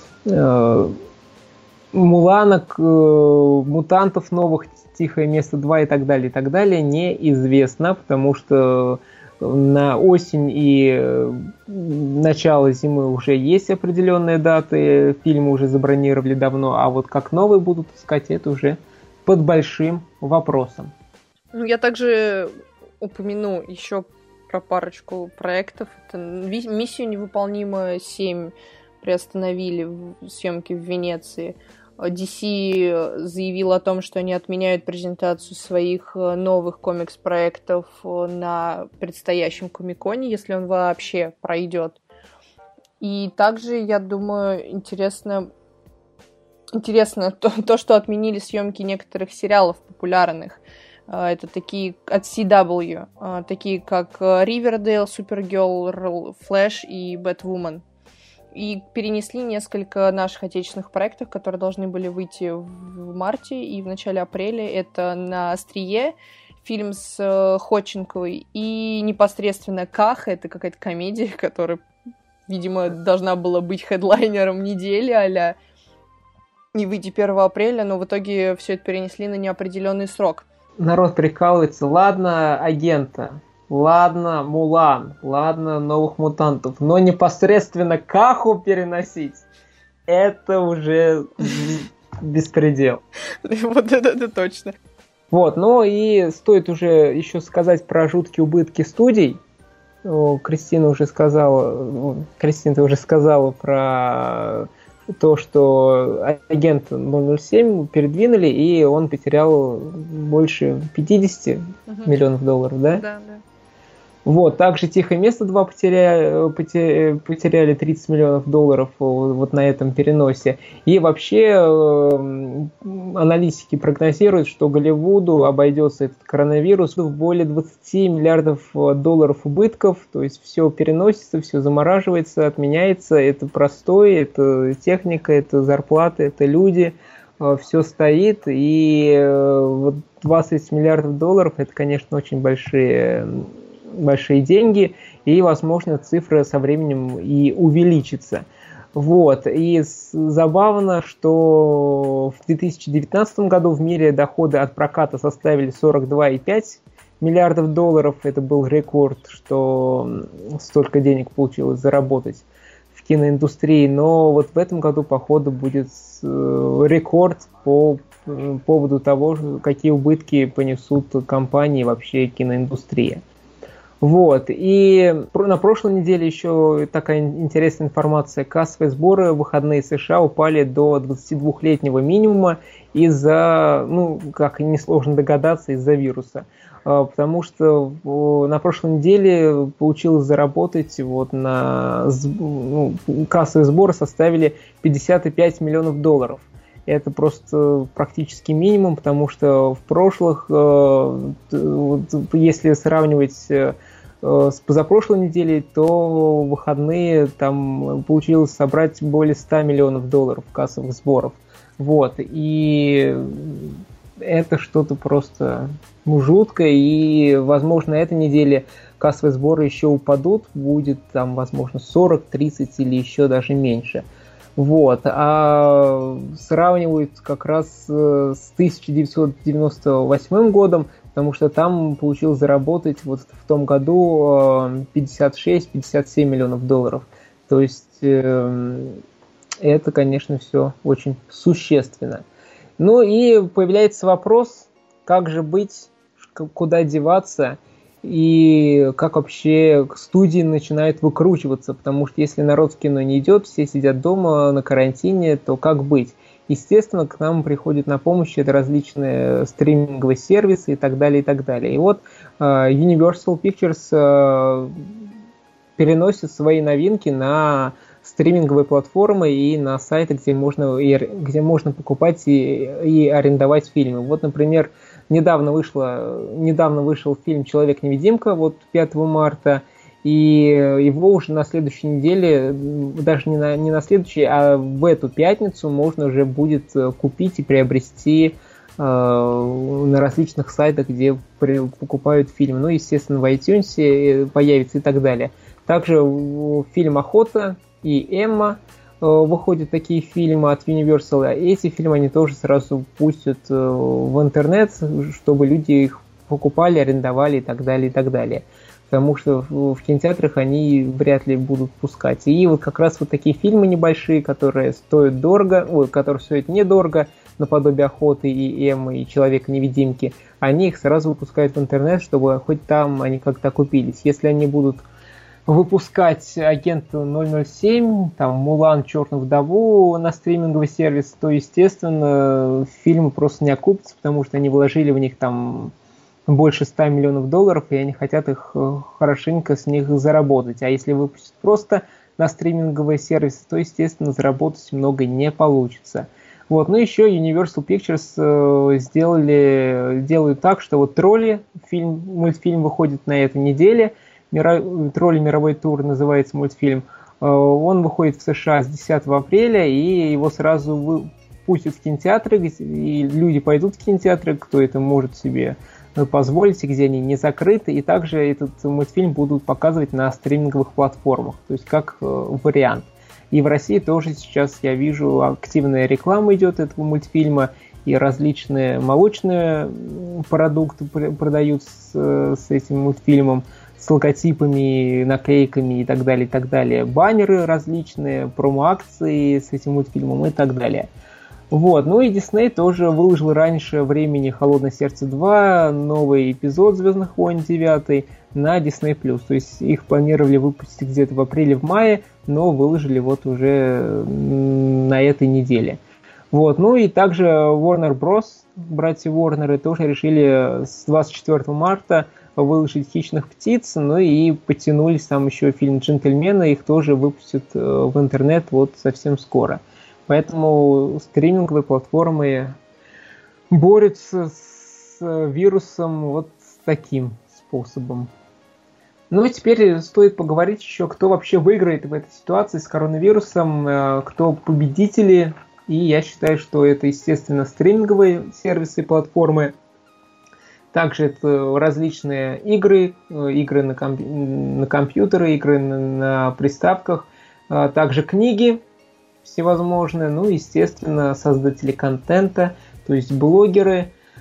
[SPEAKER 1] «Муланок», «Мутантов» новых, «Тихое место 2» и так далее, неизвестно, потому что на осень и начало зимы уже есть определенные даты, фильмы уже забронировали давно, а как новые будут искать, это уже под большим вопросом.
[SPEAKER 2] Я также упомяну еще про парочку проектов. Это «Миссию невыполнимую 7» приостановили съемки в Венеции. DC заявил о том, что они отменяют презентацию своих новых комикс-проектов на предстоящем Комик-Коне, если он вообще пройдет. И также, я думаю, интересно то, что отменили съемки некоторых сериалов популярных. Это такие от CW, такие как Ривердейл, Супергерл, Флэш и Бэтвумен. И перенесли несколько наших отечественных проектов, которые должны были выйти в марте и в начале апреля. Это «На острие», фильм с Ходченковой, и непосредственно «Каха», это какая-то комедия, которая, видимо, должна была быть хедлайнером недели а-ля и выйти 1 апреля, но в итоге все это перенесли на неопределенный срок.
[SPEAKER 1] Народ прикалывается. Ладно, «Агента», ладно, «Мулан», ладно, «Новых мутантов», но непосредственно «Каху» переносить — это уже беспредел.
[SPEAKER 2] Вот это точно.
[SPEAKER 1] И стоит уже еще сказать про жуткие убытки студий. Кристина, ты уже сказала про то, что «Агент 007» передвинули, и он потерял больше 50 миллионов долларов, да?
[SPEAKER 2] Да.
[SPEAKER 1] Также «Тихое место 2» потеряли 30 миллионов долларов на этом переносе. И вообще аналитики прогнозируют, что Голливуду обойдется этот коронавирус в более 20 миллиардов долларов убытков. То есть все переносится, все замораживается, отменяется. Это простой, это техника, это зарплаты, это люди. Все стоит. И 20 миллиардов долларов — это, конечно, очень большие деньги, и, возможно, цифра со временем и увеличится. И забавно, что в 2019 году в мире доходы от проката составили 42,5 миллиардов долларов. Это был рекорд, что столько денег получилось заработать в киноиндустрии. Но вот в этом году, походу, будет рекорд по поводу того, какие убытки понесут компании, вообще киноиндустрия. Вот. И на прошлой неделе еще такая интересная информация. Кассовые сборы в выходные США упали до 22-летнего минимума из-за, как несложно догадаться, из-за вируса. Потому что на прошлой неделе получилось заработать кассовые сборы составили $55 миллионов. Это просто практически минимум, потому что в прошлых, если сравнивать с позапрошлой неделей, то в выходные там получилось собрать более $100 миллионов кассовых сборов. Вот. И это что-то просто жуткое, и, возможно, на этой неделе кассовые сборы еще упадут, будет там, возможно, 40, 30 или еще даже меньше. Вот. А сравнивают как раз с 1998 годом, потому что там получилось заработать вот в том году 56-57 миллионов долларов. То есть это, конечно, все очень существенно. Ну и появляется вопрос, как же быть, куда деваться, и как вообще студии начинают выкручиваться, потому что если народ в кино не идет, все сидят дома на карантине, то как быть? Естественно, к нам приходят на помощь это различные стриминговые сервисы и так далее, и так далее. И вот Universal Pictures переносит свои новинки на стриминговые платформы и на сайты, где можно покупать и арендовать фильмы. Вот, например, недавно вышел фильм «Человек-невидимка», 5 марта, и его уже на следующей неделе, даже не на следующей, а в эту пятницу можно уже будет купить и приобрести на различных сайтах, где покупают фильмы. Ну, естественно, в iTunes появится и так далее. Также фильм «Охота» и «Эмма» выходят такие фильмы от Universal, а эти фильмы они тоже сразу пустят в интернет, чтобы люди их покупали, арендовали и так далее, и так далее. Потому что в кинотеатрах они вряд ли будут пускать. И вот как раз вот такие фильмы небольшие, которые стоят недорого, наподобие «Охоты» и «Эммы», и «Человека-невидимки», они их сразу выпускают в интернет, чтобы хоть там они как-то окупились. Если они будут выпускать «Агента 007», там «Мулан», «Черную вдову» на стриминговый сервис, то, естественно, фильмы просто не окупятся, потому что они вложили в них там больше $100 миллионов, и они хотят их хорошенько с них заработать. А если выпустят просто на стриминговые сервисы, то, естественно, заработать много не получится. Вот. Ну, еще Universal Pictures делают так, что вот «Тролли», мультфильм выходит на этой неделе, «Тролли. Мировой тур» называется мультфильм. Он выходит в США с 10 апреля, и его сразу пустят в кинотеатры, и люди пойдут в кинотеатры, кто это может себе позволить, где они не закрыты. И также этот мультфильм будут показывать на стриминговых платформах, то есть как вариант. И в России тоже сейчас я вижу активная реклама идет этого мультфильма, и различные молочные продукты продают с этим мультфильмом, с логотипами, наклейками и так далее, и так далее. Баннеры различные, промо-акции с этим мультфильмом и так далее. Вот. Ну и Disney тоже выложил раньше времени «Холодное сердце 2», новый эпизод «Звездных войн» 9 на Disney+. То есть их планировали выпустить где-то в апреле-мае, но выложили вот уже на этой неделе. Вот. Ну и также Warner Bros., братья Уорнеры, тоже решили с 24 марта выложить «Хищных птиц», ну и потянулись, там еще фильм «Джентльмены», их тоже выпустят в интернет вот совсем скоро. Поэтому стриминговые платформы борются с вирусом вот таким способом. Ну и теперь стоит поговорить еще, кто вообще выиграет в этой ситуации с коронавирусом, кто победители. И я считаю, что это, естественно, стриминговые сервисы и платформы. Также это различные игры на компьютеры, игры на приставках, также книги всевозможные, ну, естественно, создатели контента, то есть блогеры,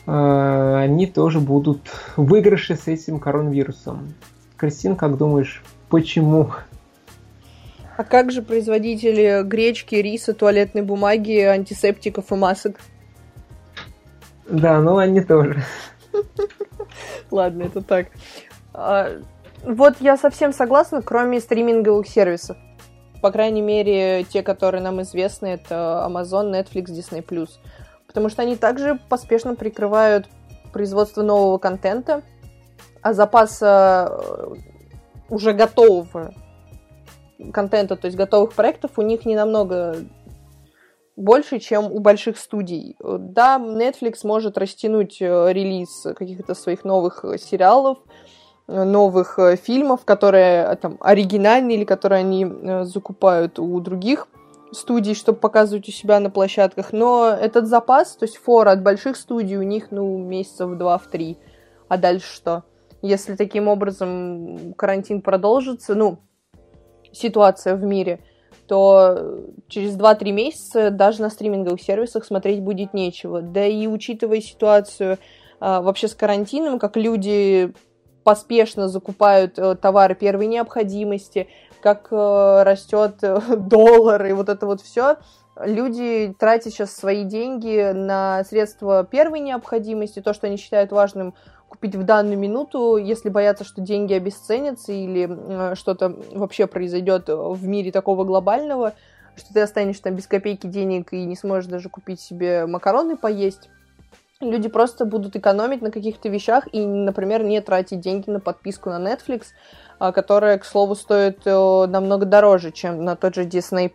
[SPEAKER 1] они тоже будут в выигрыше с этим коронавирусом. Кристин, как думаешь, почему?
[SPEAKER 2] А как же производители гречки, риса, туалетной бумаги, антисептиков и масок?
[SPEAKER 1] Да, ну они тоже.
[SPEAKER 2] Ладно, это так. Вот я совсем согласна, кроме стриминговых сервисов. По крайней мере, те, которые нам известны, это Amazon, Netflix, Disney+. Потому что они также поспешно прикрывают производство нового контента, а запаса уже готового контента, то есть готовых проектов, у них не намного больше, чем у больших студий. Да, Netflix может растянуть релиз каких-то своих новых сериалов, новых фильмов, которые там оригинальные или которые они закупают у других студий, чтобы показывать у себя на площадках. Но этот запас, то есть фора от больших студий у них, месяцев 2-3. А дальше что? Если таким образом карантин продолжится, ситуация в мире, то через 2-3 месяца даже на стриминговых сервисах смотреть будет нечего. Да и учитывая ситуацию вообще с карантином, как люди поспешно закупают товары первой необходимости, как растет доллар и вот это вот все, люди тратят сейчас свои деньги на средства первой необходимости, то, что они считают важным купить в данную минуту, если боятся, что деньги обесценятся или что-то вообще произойдет в мире такого глобального, что ты останешься там без копейки денег и не сможешь даже купить себе макароны поесть. Люди просто будут экономить на каких-то вещах и, например, не тратить деньги на подписку на Netflix, которая, к слову, стоит намного дороже, чем на тот же Disney+.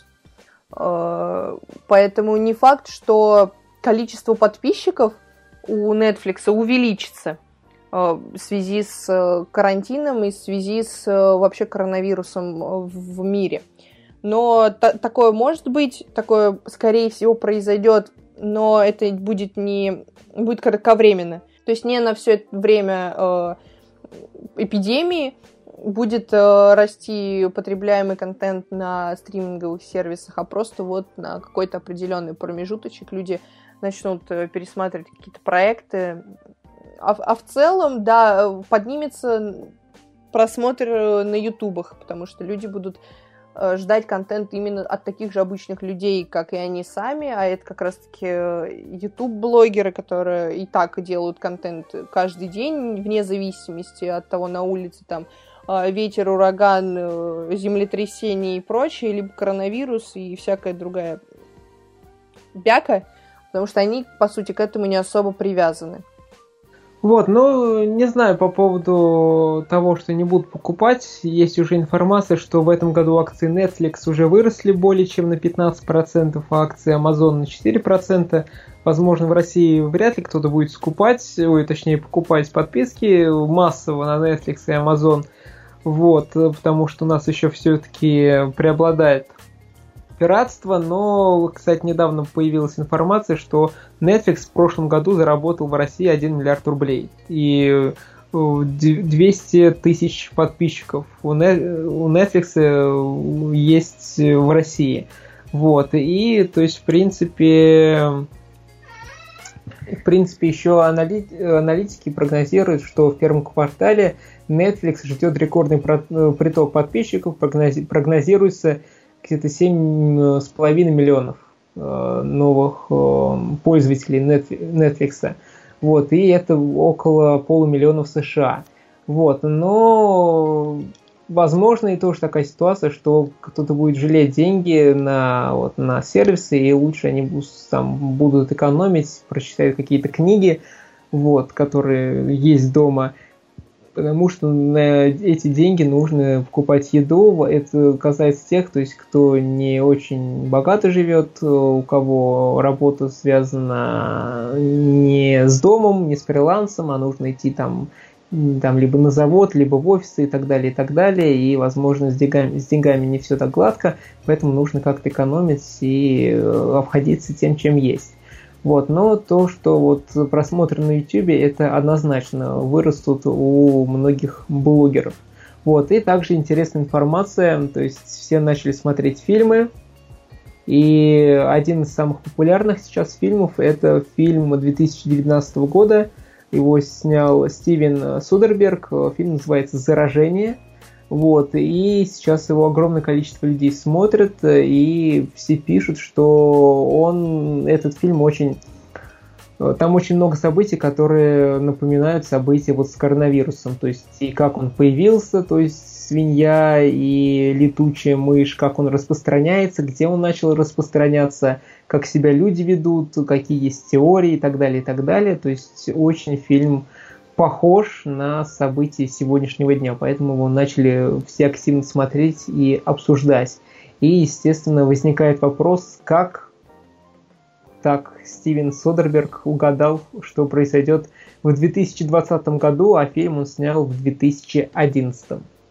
[SPEAKER 2] Поэтому не факт, что количество подписчиков у Netflix увеличится в связи с карантином и в связи с вообще коронавирусом в мире. Но такое может быть, такое, скорее всего, произойдет, но это будет кратковременно. То есть не на все это время эпидемии будет расти потребляемый контент на стриминговых сервисах, а просто вот на какой-то определенный промежуточек люди начнут пересматривать какие-то проекты. А в целом, да, поднимется просмотр на ютубах, потому что люди будут ждать контент именно от таких же обычных людей, как и они сами, а это как раз-таки ютуб-блогеры, которые и так делают контент каждый день, вне зависимости от того, на улице там ветер, ураган, землетрясение и прочее, либо коронавирус и всякая другая бяка, потому что они, по сути, к этому не особо привязаны.
[SPEAKER 1] Вот, не знаю по поводу того, что не будут покупать. Есть уже информация, что в этом году акции Netflix уже выросли более чем на 15%, а акции Amazon на 4%. Возможно, в России вряд ли кто-то будет покупать подписки массово на Netflix и Amazon. Вот, потому что у нас еще все-таки преобладает пиратство, но, кстати, недавно появилась информация, что Netflix в прошлом году заработал в России 1 миллиард рублей и 200 тысяч подписчиков у Netflix есть в России. Вот, и, то есть, в принципе, еще аналитики прогнозируют, что в первом квартале Netflix ждет рекордный приток подписчиков, прогнозируется где-то 7,5 миллионов новых пользователей Netflix. Вот, и это около 500 000 в США. Вот, но возможно и тоже такая ситуация, что кто-то будет жалеть деньги на сервисы, и лучше они будут экономить, прочитают какие-то книги, вот, которые есть дома, потому что на эти деньги нужно покупать еду. Это касается тех, то есть, кто не очень богато живет, у кого работа связана не с домом, не с фрилансом, а нужно идти там либо на завод, либо в офисы и так далее, и, возможно, с деньгами не все так гладко, поэтому нужно как-то экономить и обходиться тем, чем есть. Вот, но то, что вот просмотры на YouTube, это однозначно вырастут у многих блогеров. Вот, и также интересная информация, то есть все начали смотреть фильмы, И один из самых популярных сейчас фильмов – это фильм 2019 года. Его снял Стивен Содерберг. Фильм называется «Заражение». Вот. И сейчас его огромное количество людей смотрят, и все пишут, что этот фильм очень... Там очень много событий, которые напоминают события вот с коронавирусом. То есть и как он появился, то есть свинья и летучая мышь, как он распространяется, где он начал распространяться, как себя люди ведут, какие есть теории и так далее, и так далее. То есть очень фильм похож на события сегодняшнего дня, поэтому его начали все активно смотреть и обсуждать. И, естественно, возникает вопрос, как так Стивен Содерберг угадал, что произойдет в 2020 году, а фильм он снял в 2011.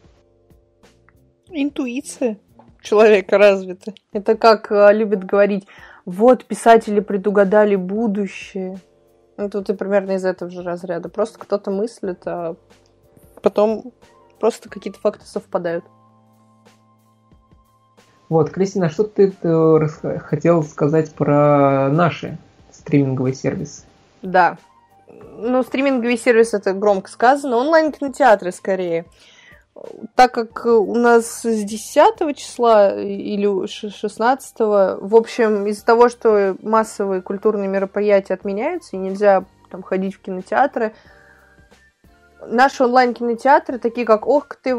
[SPEAKER 2] Интуиция человека развита. Это как любят говорить, вот писатели предугадали будущее. Ну, тут и примерно из этого же разряда. Просто кто-то мыслит, а потом просто какие-то факты совпадают.
[SPEAKER 1] Вот, Кристина, что ты хотела сказать про наши стриминговые сервисы?
[SPEAKER 2] Да. Ну, стриминговый сервис это громко сказано. Онлайн-кинотеатры скорее. Так как у нас с 10 числа или 16, в общем, из-за того, что массовые культурные мероприятия отменяются и нельзя там ходить в кинотеатры, наши онлайн-кинотеатры, такие как ОК ТВ,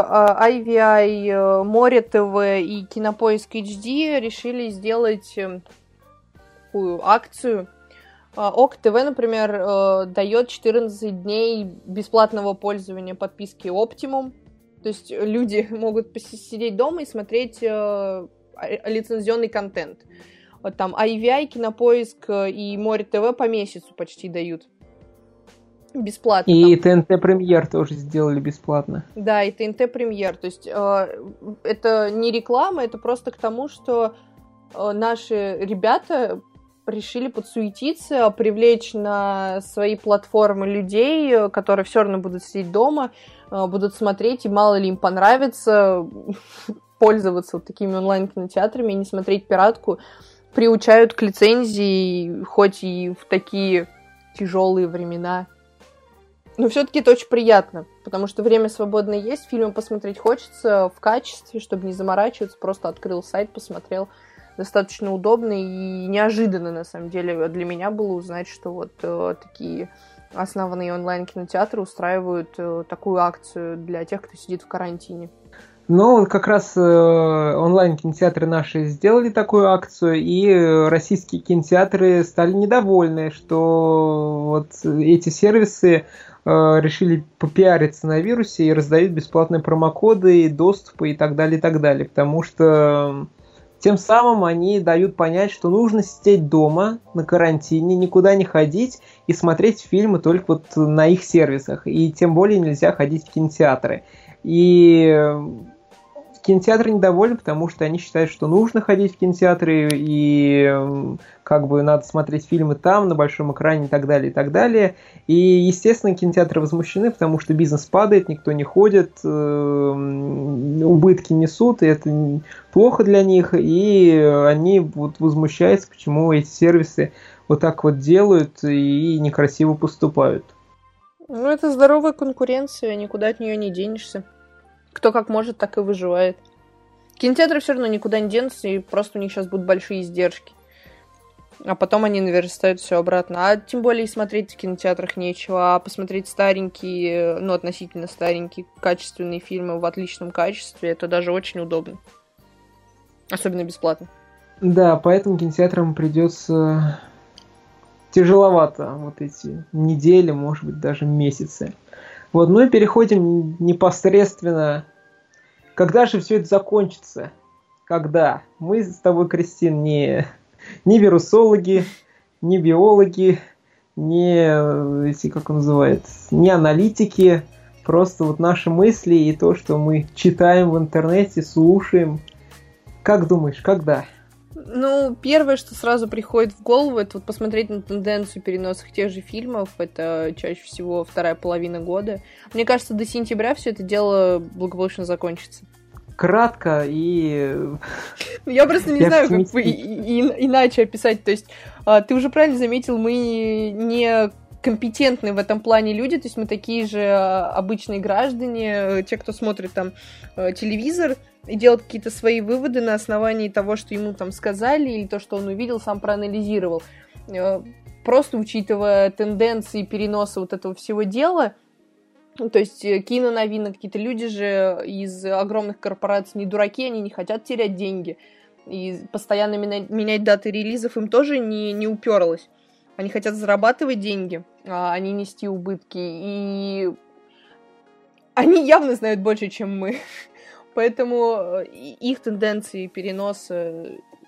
[SPEAKER 2] IVI, Море ТВ и Кинопоиск HD, решили сделать такую акцию. ОК ТВ, например, дает 14 дней бесплатного пользования подписки Optimum. То есть люди могут сидеть дома и смотреть лицензионный контент. Вот там IVI, Кинопоиск и Море ТВ по месяцу почти дают. Бесплатно.
[SPEAKER 1] И ТНТ Премьер тоже сделали бесплатно.
[SPEAKER 2] Да, и ТНТ Премьер. То есть это не реклама, это просто к тому, что наши ребята решили подсуетиться, привлечь на свои платформы людей, которые все равно будут сидеть дома, будут смотреть, и мало ли им понравится пользоваться вот такими онлайн-кинотеатрами и не смотреть пиратку, приучают к лицензии, хоть и в такие тяжелые времена. Но все-таки это очень приятно, потому что время свободное есть, фильмы посмотреть хочется в качестве, чтобы не заморачиваться, просто открыл сайт, посмотрел. Достаточно удобно и неожиданно, на самом деле, для меня было узнать, что вот такие основные онлайн-кинотеатры устраивают такую акцию для тех, кто сидит в карантине.
[SPEAKER 1] Ну, как раз онлайн-кинотеатры наши сделали такую акцию, и российские кинотеатры стали недовольны, что вот эти сервисы решили попиариться на вирусе и раздают бесплатные промокоды, доступы и так далее, потому что тем самым они дают понять, что нужно сидеть дома на карантине, никуда не ходить и смотреть фильмы только вот на их сервисах. И тем более нельзя ходить в кинотеатры. И кинотеатры недовольны, потому что они считают, что нужно ходить в кинотеатры и как бы надо смотреть фильмы там, на большом экране и так далее. И, естественно, кинотеатры возмущены, потому что бизнес падает, никто не ходит, убытки несут, и это плохо для них, и они вот возмущаются, почему эти сервисы вот так вот делают и некрасиво поступают.
[SPEAKER 2] Ну, это здоровая конкуренция, никуда от нее не денешься. Кто как может, так и выживает. Кинотеатры все равно никуда не денутся, и просто у них сейчас будут большие издержки. А потом они наверстают все обратно. А тем более и смотреть в кинотеатрах нечего, а посмотреть старенькие, ну, относительно старенькие, качественные фильмы в отличном качестве, это даже очень удобно. Особенно бесплатно.
[SPEAKER 1] Да, поэтому кинотеатрам придется тяжеловато вот эти недели, может быть, даже месяцы. Вот, ну и переходим непосредственно. Когда же все это закончится? Когда? Мы с тобой, Кристин, не вирусологи, не биологи, не эти, как он называет, не аналитики. Просто вот наши мысли и то, что мы читаем в интернете, слушаем. Как думаешь, когда?
[SPEAKER 2] Ну, первое, что сразу приходит в голову, это вот посмотреть на тенденцию переносов тех же фильмов. Это чаще всего вторая половина года. Мне кажется, до сентября все это дело благополучно закончится.
[SPEAKER 1] кратко и...
[SPEAKER 2] Я просто не знаю, как иначе описать. То есть ты уже правильно заметил, мы не компетентны в этом плане люди, то есть мы такие же обычные граждане, те, кто смотрит там телевизор и делает какие-то свои выводы на основании того, что ему там сказали, или то, что он увидел, сам проанализировал. Просто учитывая тенденции переноса вот этого всего дела, то есть киноновинок, какие-то люди же из огромных корпораций не дураки, они не хотят терять деньги, и постоянно менять даты релизов им тоже не уперлось. Они хотят зарабатывать деньги, а не нести убытки. И они явно знают больше, чем мы. Поэтому их тенденции переноса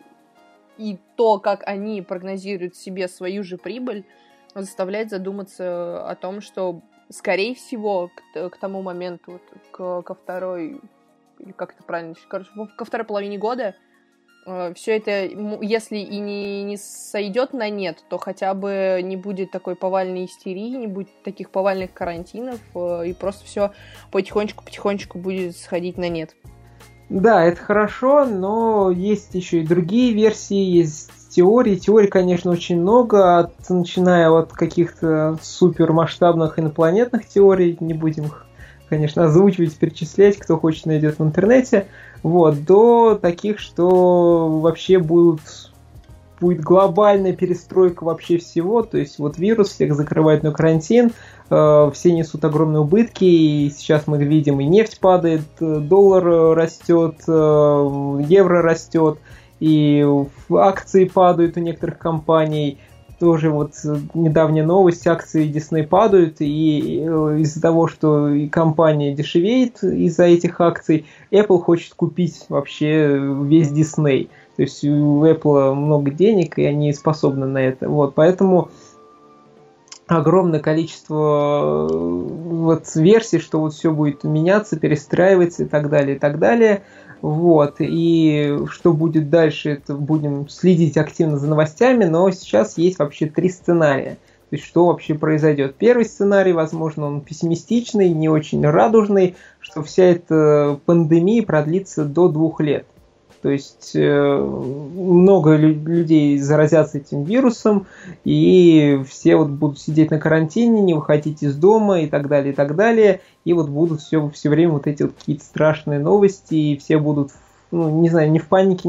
[SPEAKER 2] и то, как они прогнозируют себе свою же прибыль, заставляет задуматься о том, что, скорее всего, к тому моменту, ко второй, или как это правильно, ко второй половине года, все это, если и не сойдет на нет, то хотя бы не будет такой повальной истерии, не будет таких повальных карантинов, и просто все потихонечку будет сходить на нет.
[SPEAKER 1] Да, это хорошо, но есть еще и другие версии, есть теории. Теорий, конечно, очень много, начиная от каких-то супермасштабных инопланетных теорий, не будем их, конечно, озвучивать, перечислять, кто хочет, найдет в интернете, вот, до таких, что вообще будет глобальная перестройка вообще всего, то есть вот вирус всех закрывает на карантин, все несут огромные убытки, и сейчас мы видим, и нефть падает, доллар растет, евро растет, и акции падают у некоторых компаний. Тоже вот недавняя новость, акции Disney падают, и из-за того, что и компания дешевеет из-за этих акций, Apple хочет купить вообще весь Disney. То есть у Apple много денег, и они способны на это. Вот, поэтому огромное количество вот версий, что вот все будет меняться, перестраиваться и так далее, и так далее. Вот, и что будет дальше, это будем следить активно за новостями, но сейчас есть вообще 3 сценария. То есть, что вообще произойдет. Первый сценарий, возможно, он пессимистичный, не очень радужный, что вся эта пандемия продлится до 2 лет. То есть много людей заразятся этим вирусом, и все вот будут сидеть на карантине, не выходить из дома и так далее, и так далее. И вот будут все время вот эти вот какие-то страшные новости, и все будут, ну, не знаю, не в панике,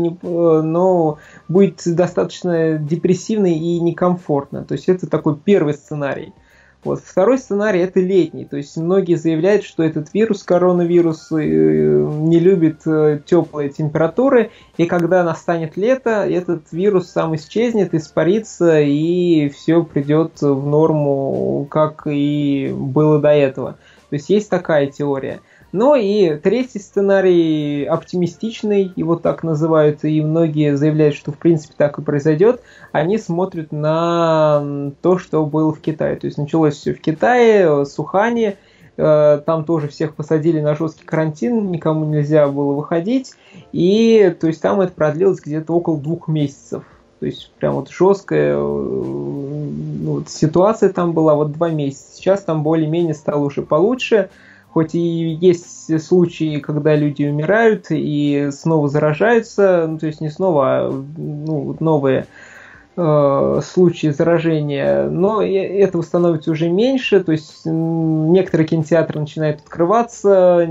[SPEAKER 1] но будет достаточно депрессивно и некомфортно. То есть это такой первый сценарий. Вот. Второй сценарий – это летний. То есть многие заявляют, что этот вирус, коронавирус, не любит теплые температуры, и когда настанет лето, этот вирус сам исчезнет, испарится, и все придет в норму, как и было до этого. То есть есть такая теория. Но и третий сценарий оптимистичный, его так называют, и многие заявляют, что в принципе так и произойдет. Они смотрят на то, что было в Китае. То есть началось все в Китае, с Ухани, там тоже всех посадили на жесткий карантин, никому нельзя было выходить, и то есть там это продлилось где-то около 2 месяцев. То есть прям вот жесткая вот, ситуация там была, вот 2 месяца. Сейчас там более-менее стало уже получше. Хоть и есть случаи, когда люди умирают и снова заражаются, ну, то есть не снова, а новые случаи заражения, но этого становится уже меньше, то есть некоторые кинотеатры начинают открываться,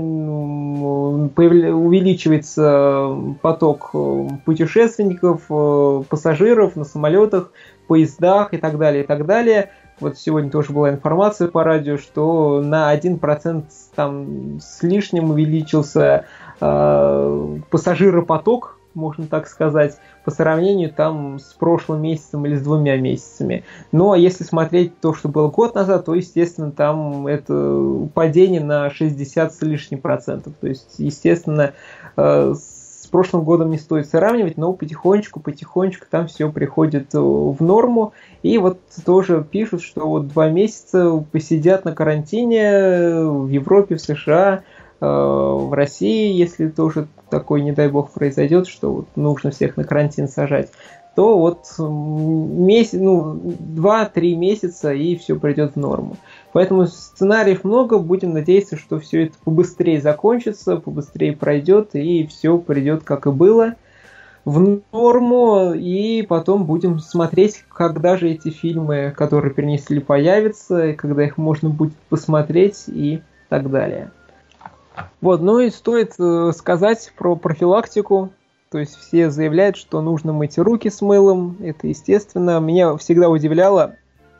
[SPEAKER 1] увеличивается поток путешественников, пассажиров на самолетах, поездах и так далее, и так далее. Вот сегодня тоже была информация по радио, что на 1% там с лишним увеличился пассажиропоток, можно так сказать, по сравнению там с прошлым месяцем или с 2 месяцами. Но если смотреть то, что было год назад, то, естественно, там это падение на 60 с лишним процентов. То есть, естественно, с прошлым годом не стоит сравнивать, но потихонечку там все приходит в норму. И вот тоже пишут, что вот 2 месяца посидят на карантине в Европе, в США, в России, если тоже такой, не дай бог, произойдет, что вот нужно всех на карантин сажать, то вот 2-3 месяца и все придет в норму. Поэтому сценариев много, будем надеяться, что все это побыстрее закончится, побыстрее пройдет, и все придет, как и было, в норму, и потом будем смотреть, когда же эти фильмы, которые перенесли, появятся, и когда их можно будет посмотреть, и так далее. Вот, ну и стоит сказать про профилактику. То есть все заявляют, что нужно мыть руки с мылом. Это естественно. Меня всегда удивляло,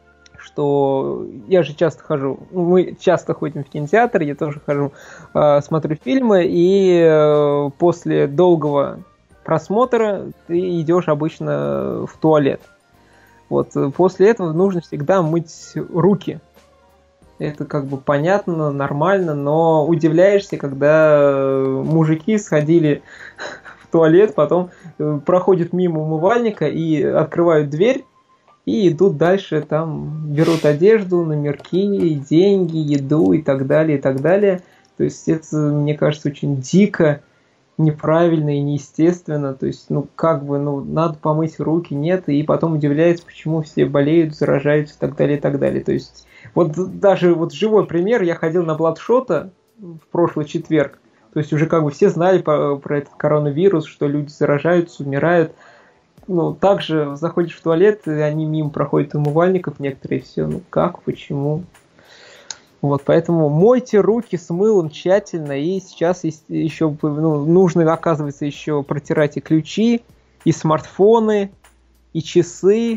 [SPEAKER 1] что я же часто хожу, мы часто ходим в кинотеатр, я тоже хожу, смотрю фильмы, и после долгого просмотра ты идешь обычно в туалет. Вот, после этого нужно всегда мыть руки. Это как бы понятно, нормально, но удивляешься, когда мужики сходили в туалет, потом проходят мимо умывальника и открывают дверь, и идут дальше, там берут одежду, номерки, деньги, еду и так далее, и так далее. То есть это, мне кажется, очень дико, неправильно и неестественно. То есть, надо помыть руки, нет, и потом удивляется, почему все болеют, заражаются и так далее, и так далее. То есть, вот даже вот живой пример, я ходил на Бладшота в прошлый четверг. То есть уже как бы все знали про этот коронавирус, что люди заражаются, умирают. Также заходишь в туалет, и они мимо проходят умывальников некоторые, все, как, почему? Вот, поэтому мойте руки с мылом тщательно, и сейчас еще нужно, оказывается, еще протирать и ключи, и смартфоны, и часы,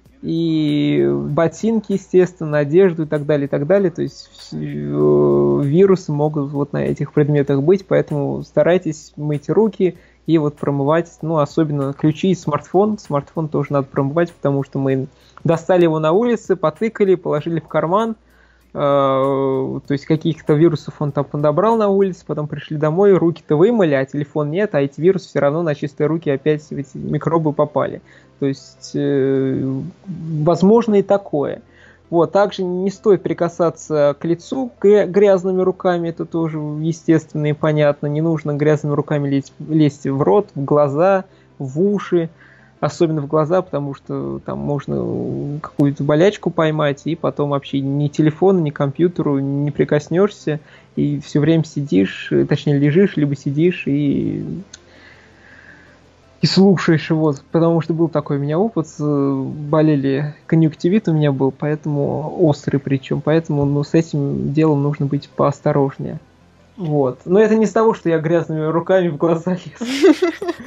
[SPEAKER 1] и ботинки, естественно, одежду и так далее, и так далее. То есть вирусы могут вот на этих предметах быть, поэтому старайтесь мыть руки и вот промывать, особенно ключи и смартфон. Смартфон тоже надо промывать, потому что мы достали его на улице, потыкали, положили в карман. То есть каких-то вирусов он там подобрал на улице, потом пришли домой, руки-то вымыли, а телефон нет, а эти вирусы все равно на чистые руки опять в эти микробы попали. То есть возможно и такое. Вот, также не стоит прикасаться к лицу грязными руками, это тоже естественно и понятно. Не нужно грязными руками лезть в рот, в глаза, в уши. Особенно в глаза, потому что там можно какую-то болячку поймать, и потом вообще ни телефону, ни компьютеру не прикоснешься, и все время сидишь, точнее лежишь, либо сидишь и слушаешь его, потому что был такой у меня опыт, болели, конъюнктивит у меня был, поэтому острый причем, поэтому с этим делом нужно быть поосторожнее. Вот. Но это не с того, что я грязными руками в глаза лез.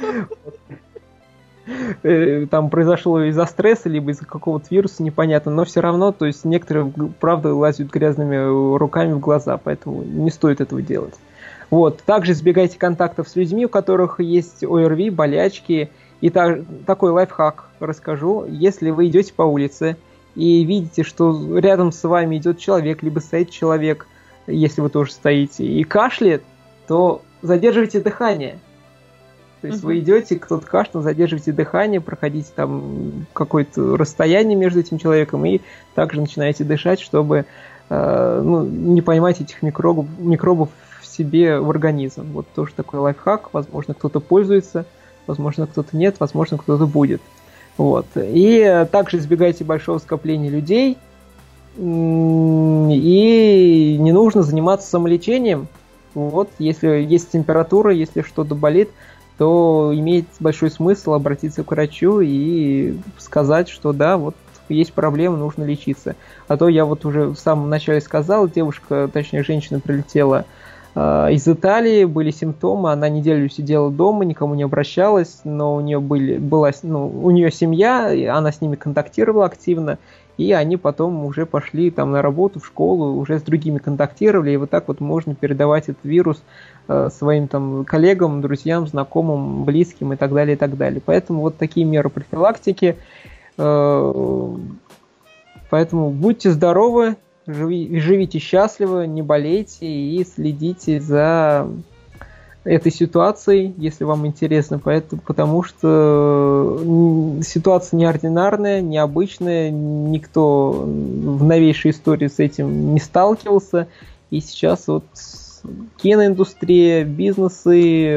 [SPEAKER 1] Там произошло из-за стресса, либо из-за какого-то вируса, непонятно, но все равно, то есть некоторые, правда, лазят грязными руками в глаза, поэтому не стоит этого делать. Вот. Также избегайте контактов с людьми, у которых есть ОРВИ, болячки, и такой лайфхак расскажу. Если вы идете по улице и видите, что рядом с вами идет человек, либо стоит человек, если вы тоже стоите, и кашляет, то задерживайте дыхание. То есть вы идете, кто-то кашляет, задерживаете дыхание, проходите там какое-то расстояние между этим человеком и также начинаете дышать, чтобы не поймать этих микробов в себе в организм. Вот тоже такой лайфхак. Возможно, кто-то пользуется, возможно, кто-то нет, возможно, кто-то будет. Вот. И также избегайте большого скопления людей. И не нужно заниматься самолечением. Вот. Если есть температура, если что-то болит, то имеет большой смысл обратиться к врачу и сказать, что да, вот есть проблема, нужно лечиться. А то я вот уже в самом начале сказал, девушка, точнее женщина прилетела из Италии, были симптомы, она неделю сидела дома, никому не обращалась, но у нее у нее семья, она с ними контактировала активно, и они потом уже пошли там на работу, в школу, уже с другими контактировали, и вот так вот можно передавать этот вирус своим там коллегам, друзьям, знакомым, близким и так далее, и так далее. Поэтому вот такие меры профилактики. Поэтому будьте здоровы, живите счастливо, не болейте и следите за этой ситуацией, если вам интересно, потому что ситуация неординарная, необычная, никто в новейшей истории с этим не сталкивался, и сейчас вот киноиндустрия, бизнесы,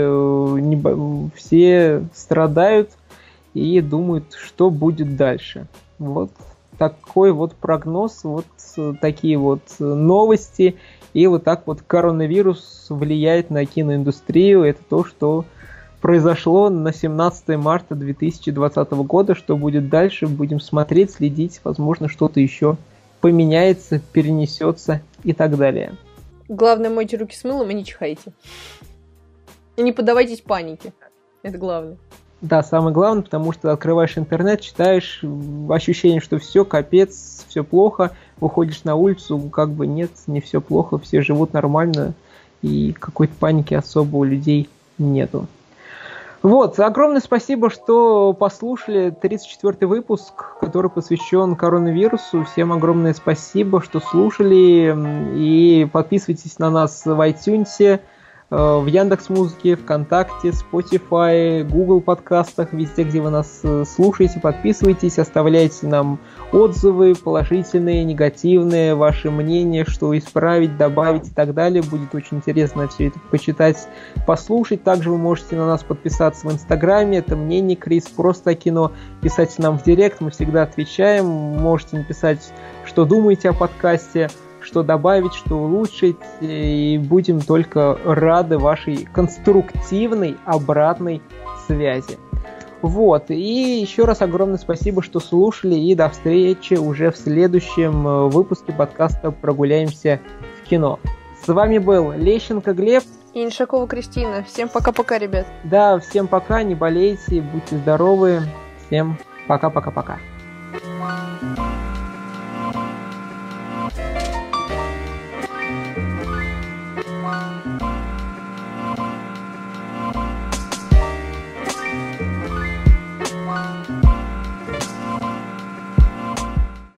[SPEAKER 1] все страдают и думают, что будет дальше. Вот такой вот прогноз, вот такие вот новости. И вот так вот коронавирус влияет на киноиндустрию. Это то, что произошло на 17 марта 2020 года. Что будет дальше, будем смотреть, следить. Возможно, что-то еще поменяется, перенесется и так далее.
[SPEAKER 2] Главное, мойте руки с мылом и не чихайте. И не поддавайтесь панике. Это главное.
[SPEAKER 1] Да, самое главное, потому что открываешь интернет, читаешь, ощущение, что все, капец, все плохо, выходишь на улицу, как бы нет, не все плохо, все живут нормально, и какой-то паники особо у людей нету. Вот, огромное спасибо, что послушали 34-й выпуск, который посвящен коронавирусу. Всем огромное спасибо, что слушали, и подписывайтесь на нас в iTunes, в Яндекс.Музыке, ВКонтакте, Spotify, Google подкастах, везде, где вы нас слушаете, подписывайтесь, оставляйте нам отзывы, положительные, негативные, ваши мнения, что исправить, добавить и так далее. Будет очень интересно все это почитать, послушать. Также вы можете на нас подписаться в Инстаграме, это мнение Крис, просто кино, писать нам в директ, мы всегда отвечаем, можете написать, что думаете о подкасте, что добавить, что улучшить, и будем только рады вашей конструктивной обратной связи. Вот, и еще раз огромное спасибо, что слушали, и до встречи уже в следующем выпуске подкаста «Прогуляемся в кино». С вами был Лещенко Глеб
[SPEAKER 2] и Иншакова Кристина. Всем пока-пока, ребят.
[SPEAKER 1] Да, всем пока, не болейте, будьте здоровы, всем пока-пока-пока.